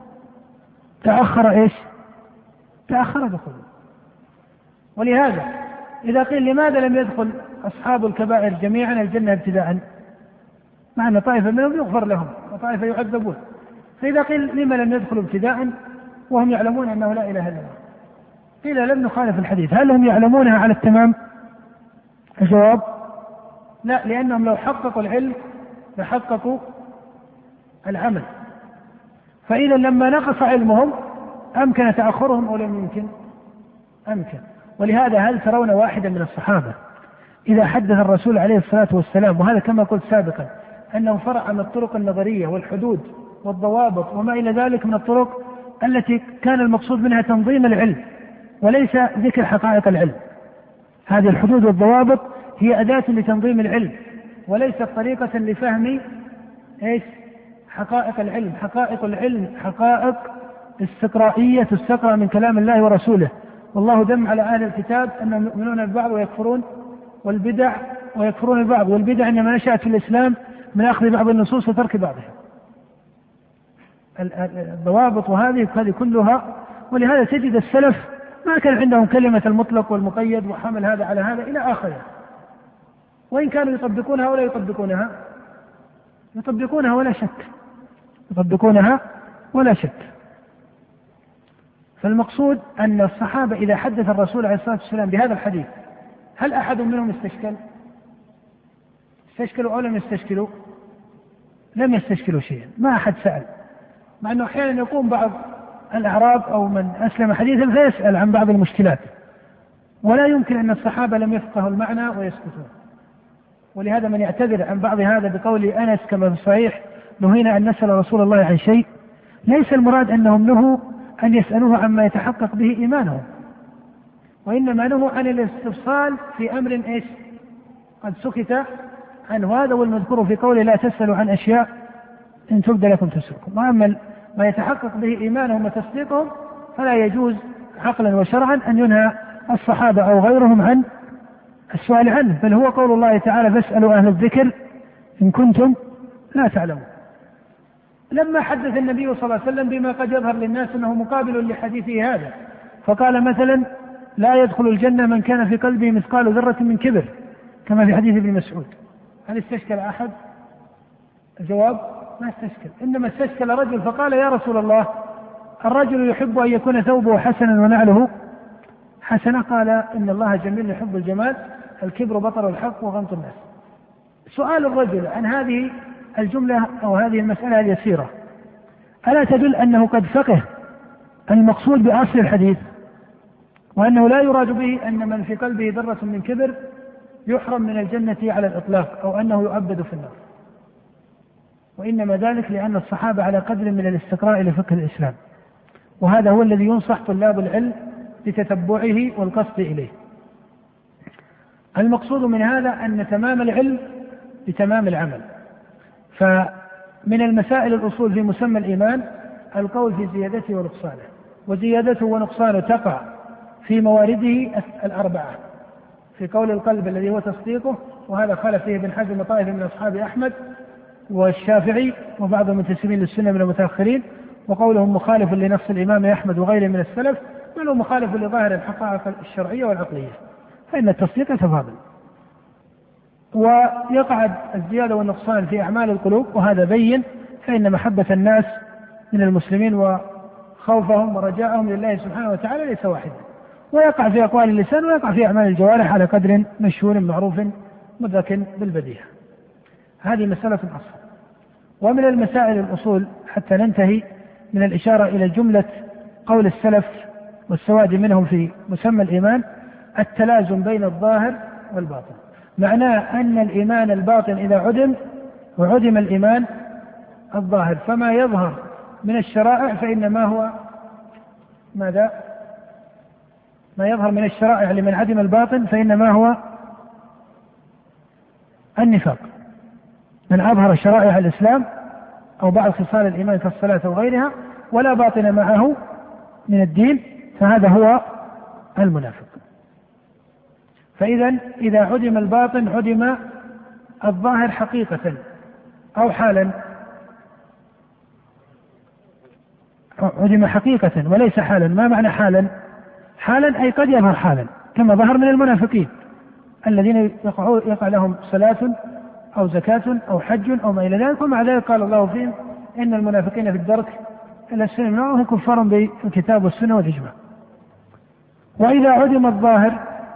تأخر دخوله. ولهذا إذا قيل لماذا لم يدخل أصحاب الكبائر جميعا الجنة ابتداء، مع أن طائفة منهم يغفر لهم وطائفة يعذبون، فإذا قيل لما لم يدخلوا ابتداء وهم يعلمون أنه لا إله إلا الله، قيل لم نخالف الحديث. هل هم يعلمونها على التمام؟ الجواب لا، لأنهم لو حققوا العلم لحققوا العمل، فإذا لما نقص علمهم أمكن تأخرهم أو لم يمكن؟ أمكن. ولهذا هل ترون واحدا من الصحابة إذا حدث الرسول عليه الصلاة والسلام، وهذا كما قلت سابقا أنه فرع من الطرق النظرية والحدود والضوابط وما إلى ذلك من الطرق التي كان المقصود منها تنظيم العلم وليس ذكر حقائق العلم. هذه الحدود والضوابط هي أداة لتنظيم العلم وليست طريقة لفهم حقائق العلم. حقائق العلم حقائق استقرائية تستقرأ من كلام الله ورسوله، والله دم على أهل الكتاب أنهم يؤمنون ببعض ويكفرون والبدع ويكفرون البعض، والبدع إنما نشأت في الإسلام من أخذ بعض النصوص وترك بعضها. الضوابط وهذه كلها، ولهذا تجد السلف ما كان عندهم كلمة المطلق والمقيد وحمل هذا على هذا إلى آخره، وإن كانوا يطبقونها ولا يطبقونها ولا شك. فالمقصود أن الصحابة إذا حدث الرسول عليه الصلاة والسلام بهذا الحديث هل أحد منهم استشكلوا أو لم يستشكلوا؟ لم يستشكلوا شيئا، ما أحد سأل، مع أنه أحيانا يقوم بعض الأعراب أو من أسلم حديثا فيسأل عن بعض المشكلات، ولا يمكن أن الصحابة لم يفقهوا المعنى ويسكتون. ولهذا من يعتذر عن بعض هذا بقول أنس كما في الصحيح نهينا أن نسأل رسول الله عن شيء، ليس المراد أنهم نهوا أن يسألوه عما يتحقق به إيمانهم، وإنما نهوا عن الاستفصال في أمر قد سكت عنه. هذا والمذكور في قوله لا تسألوا عن أشياء إن تبد لكم تسؤكم. وأما ما يتحقق به إيمانهم وتصديقهم فلا يجوز عقلا وشرعا أن ينهى الصحابة أو غيرهم عن السؤال عنه، بل هو قول الله تعالى فاسألوا أهل الذكر إن كنتم لا تعلمون. لما حدث النبي صلى الله عليه وسلم بما قد يظهر للناس أنه مقابل لحديثه هذا، فقال مثلا لا يدخل الجنة من كان في قلبه مثقال ذرة من كبر كما في حديث ابن مسعود. هل استشكل أحد؟ الجواب ما استشكل، إنما استشكل رجل فقال يا رسول الله الرجل يحب أن يكون ثوبه حسنا ونعله حسنا، قال إن الله جميل يحب الجمال، الكبر بطر الحق وغمط الناس. سؤال الرجل عن هذه الجملة أو هذه المسألة اليسيرة ألا تدل أنه قد فقه المقصود بأصل الحديث، وأنه لا يراد به أن من في قلبه ذرة من كبر يحرم من الجنة على الإطلاق أو أنه يؤبد في النار، وإنما ذلك لأن الصحابة على قدر من الاستقراء لفقه الإسلام، وهذا هو الذي ينصح طلاب العلم بتتبعه والقصد إليه. المقصود من هذا أن تمام العلم بتمام العمل. فمن المسائل الأصول في مسمى الإيمان القول في زيادته ونقصانه، وزيادته ونقصانه تقع في موارده الأربعة، في قول القلب الذي هو تصديقه، وهذا خالف فيه ابن حزم وطائفة من أصحاب أحمد والشافعي وبعض المنتسبين للسنة من المتأخرين، وقولهم مخالف لنص الإمام أحمد وغيره من السلف، بل هو مخالف لظاهر الحقائق الشرعية والعقلية، فإن التصديق يتفاضل. ويقع الزيادة والنقصان في أعمال القلوب، وهذا بين، فإن محبة الناس من المسلمين وخوفهم ورجاءهم لله سبحانه وتعالى ليس واحدا، ويقع في أقوال اللسان ويقع في أعمال الجوارح على قدر مشهور معروف مدرك بالبديهة. هذه مسألة أصل. ومن المسائل الأصول حتى ننتهي من الإشارة إلى جملة قول السلف والسواد منهم في مسمى الإيمان التلازم بين الظاهر والباطن، معناه أن الإيمان الباطن إذا عدم وعدم الإيمان الظاهر، فما يظهر من الشرائع فإنما هو ماذا؟ ما يظهر من الشرائع لمن عدم الباطن فإنما هو النفاق، من أظهر شرائع الإسلام أو بعض خصال الإيمان كالصلاة أو غيرها ولا باطن معه من الدين فهذا هو المنافق. فإذا إذا عدم الباطن عدم الظاهر حقيقة أو حالا، عدم حقيقة وليس حالا. ما معنى حالا؟ حالا أي قد يظهر حالا كما ظهر من المنافقين الذين يقع لهم صلاة أو زكاة أو حج أو ما إلى ذلك، ومع ذلك قال الله فيهم إن المنافقين في الدرك إلى السنة من هم كفار بالكتاب والسنة والإجماع. وإذا عدم الظاهر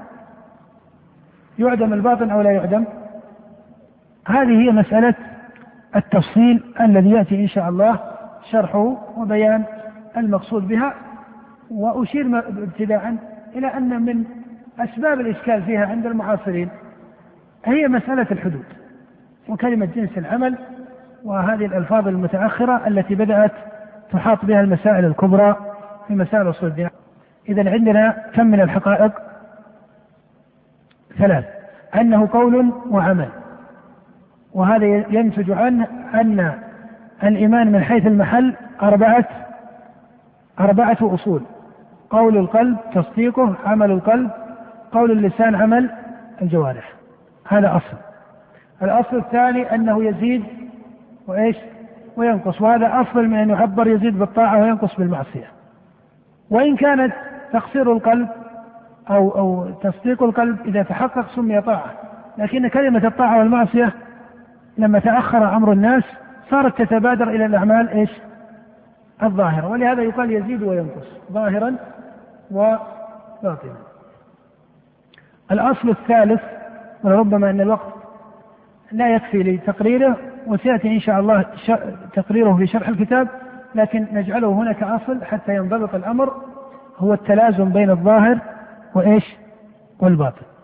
يعدم الباطن أو لا يعدم؟ هذه هي مسألة التفصيل الذي يأتي إن شاء الله شرحه وبيان المقصود بها. وأشير ابتداء إلى أن من أسباب الإشكال فيها عند المعاصرين هي مسألة الحدود وكلمة جنس العمل وهذه الألفاظ المتأخرة التي بدأت تحاط بها المسائل الكبرى في مسائل أصول الدين. إذن عندنا كم من الحقائق؟ 3: أنه قول وعمل، وهذا ينتج عنه أن الإيمان من حيث المحل أربعة أصول: قول القلب تصديقه، عمل القلب، قول اللسان، عمل الجوارح. هذا أصل. الأصل الثاني أنه يزيد وينقص، وهذا أفضل من أن يعبر يزيد بالطاعة وينقص بالمعصية. وإن كانت تقصير القلب أو تصديق القلب إذا تحقق سمي طاعة، لكن كلمة الطاعة والمعصية لما تأخر أمر الناس صارت تتبادر إلى الأعمال الظاهرة، ولهذا يقال يزيد وينقص ظاهرا وباطنا. الأصل الثالث، ولربما أن الوقت لا يكفي لتقريره وسيأتي إن شاء الله تقريره في شرح الكتاب، لكن نجعله هنا كأصل حتى ينضبط الأمر، هو التلازم بين الظاهر والباطن.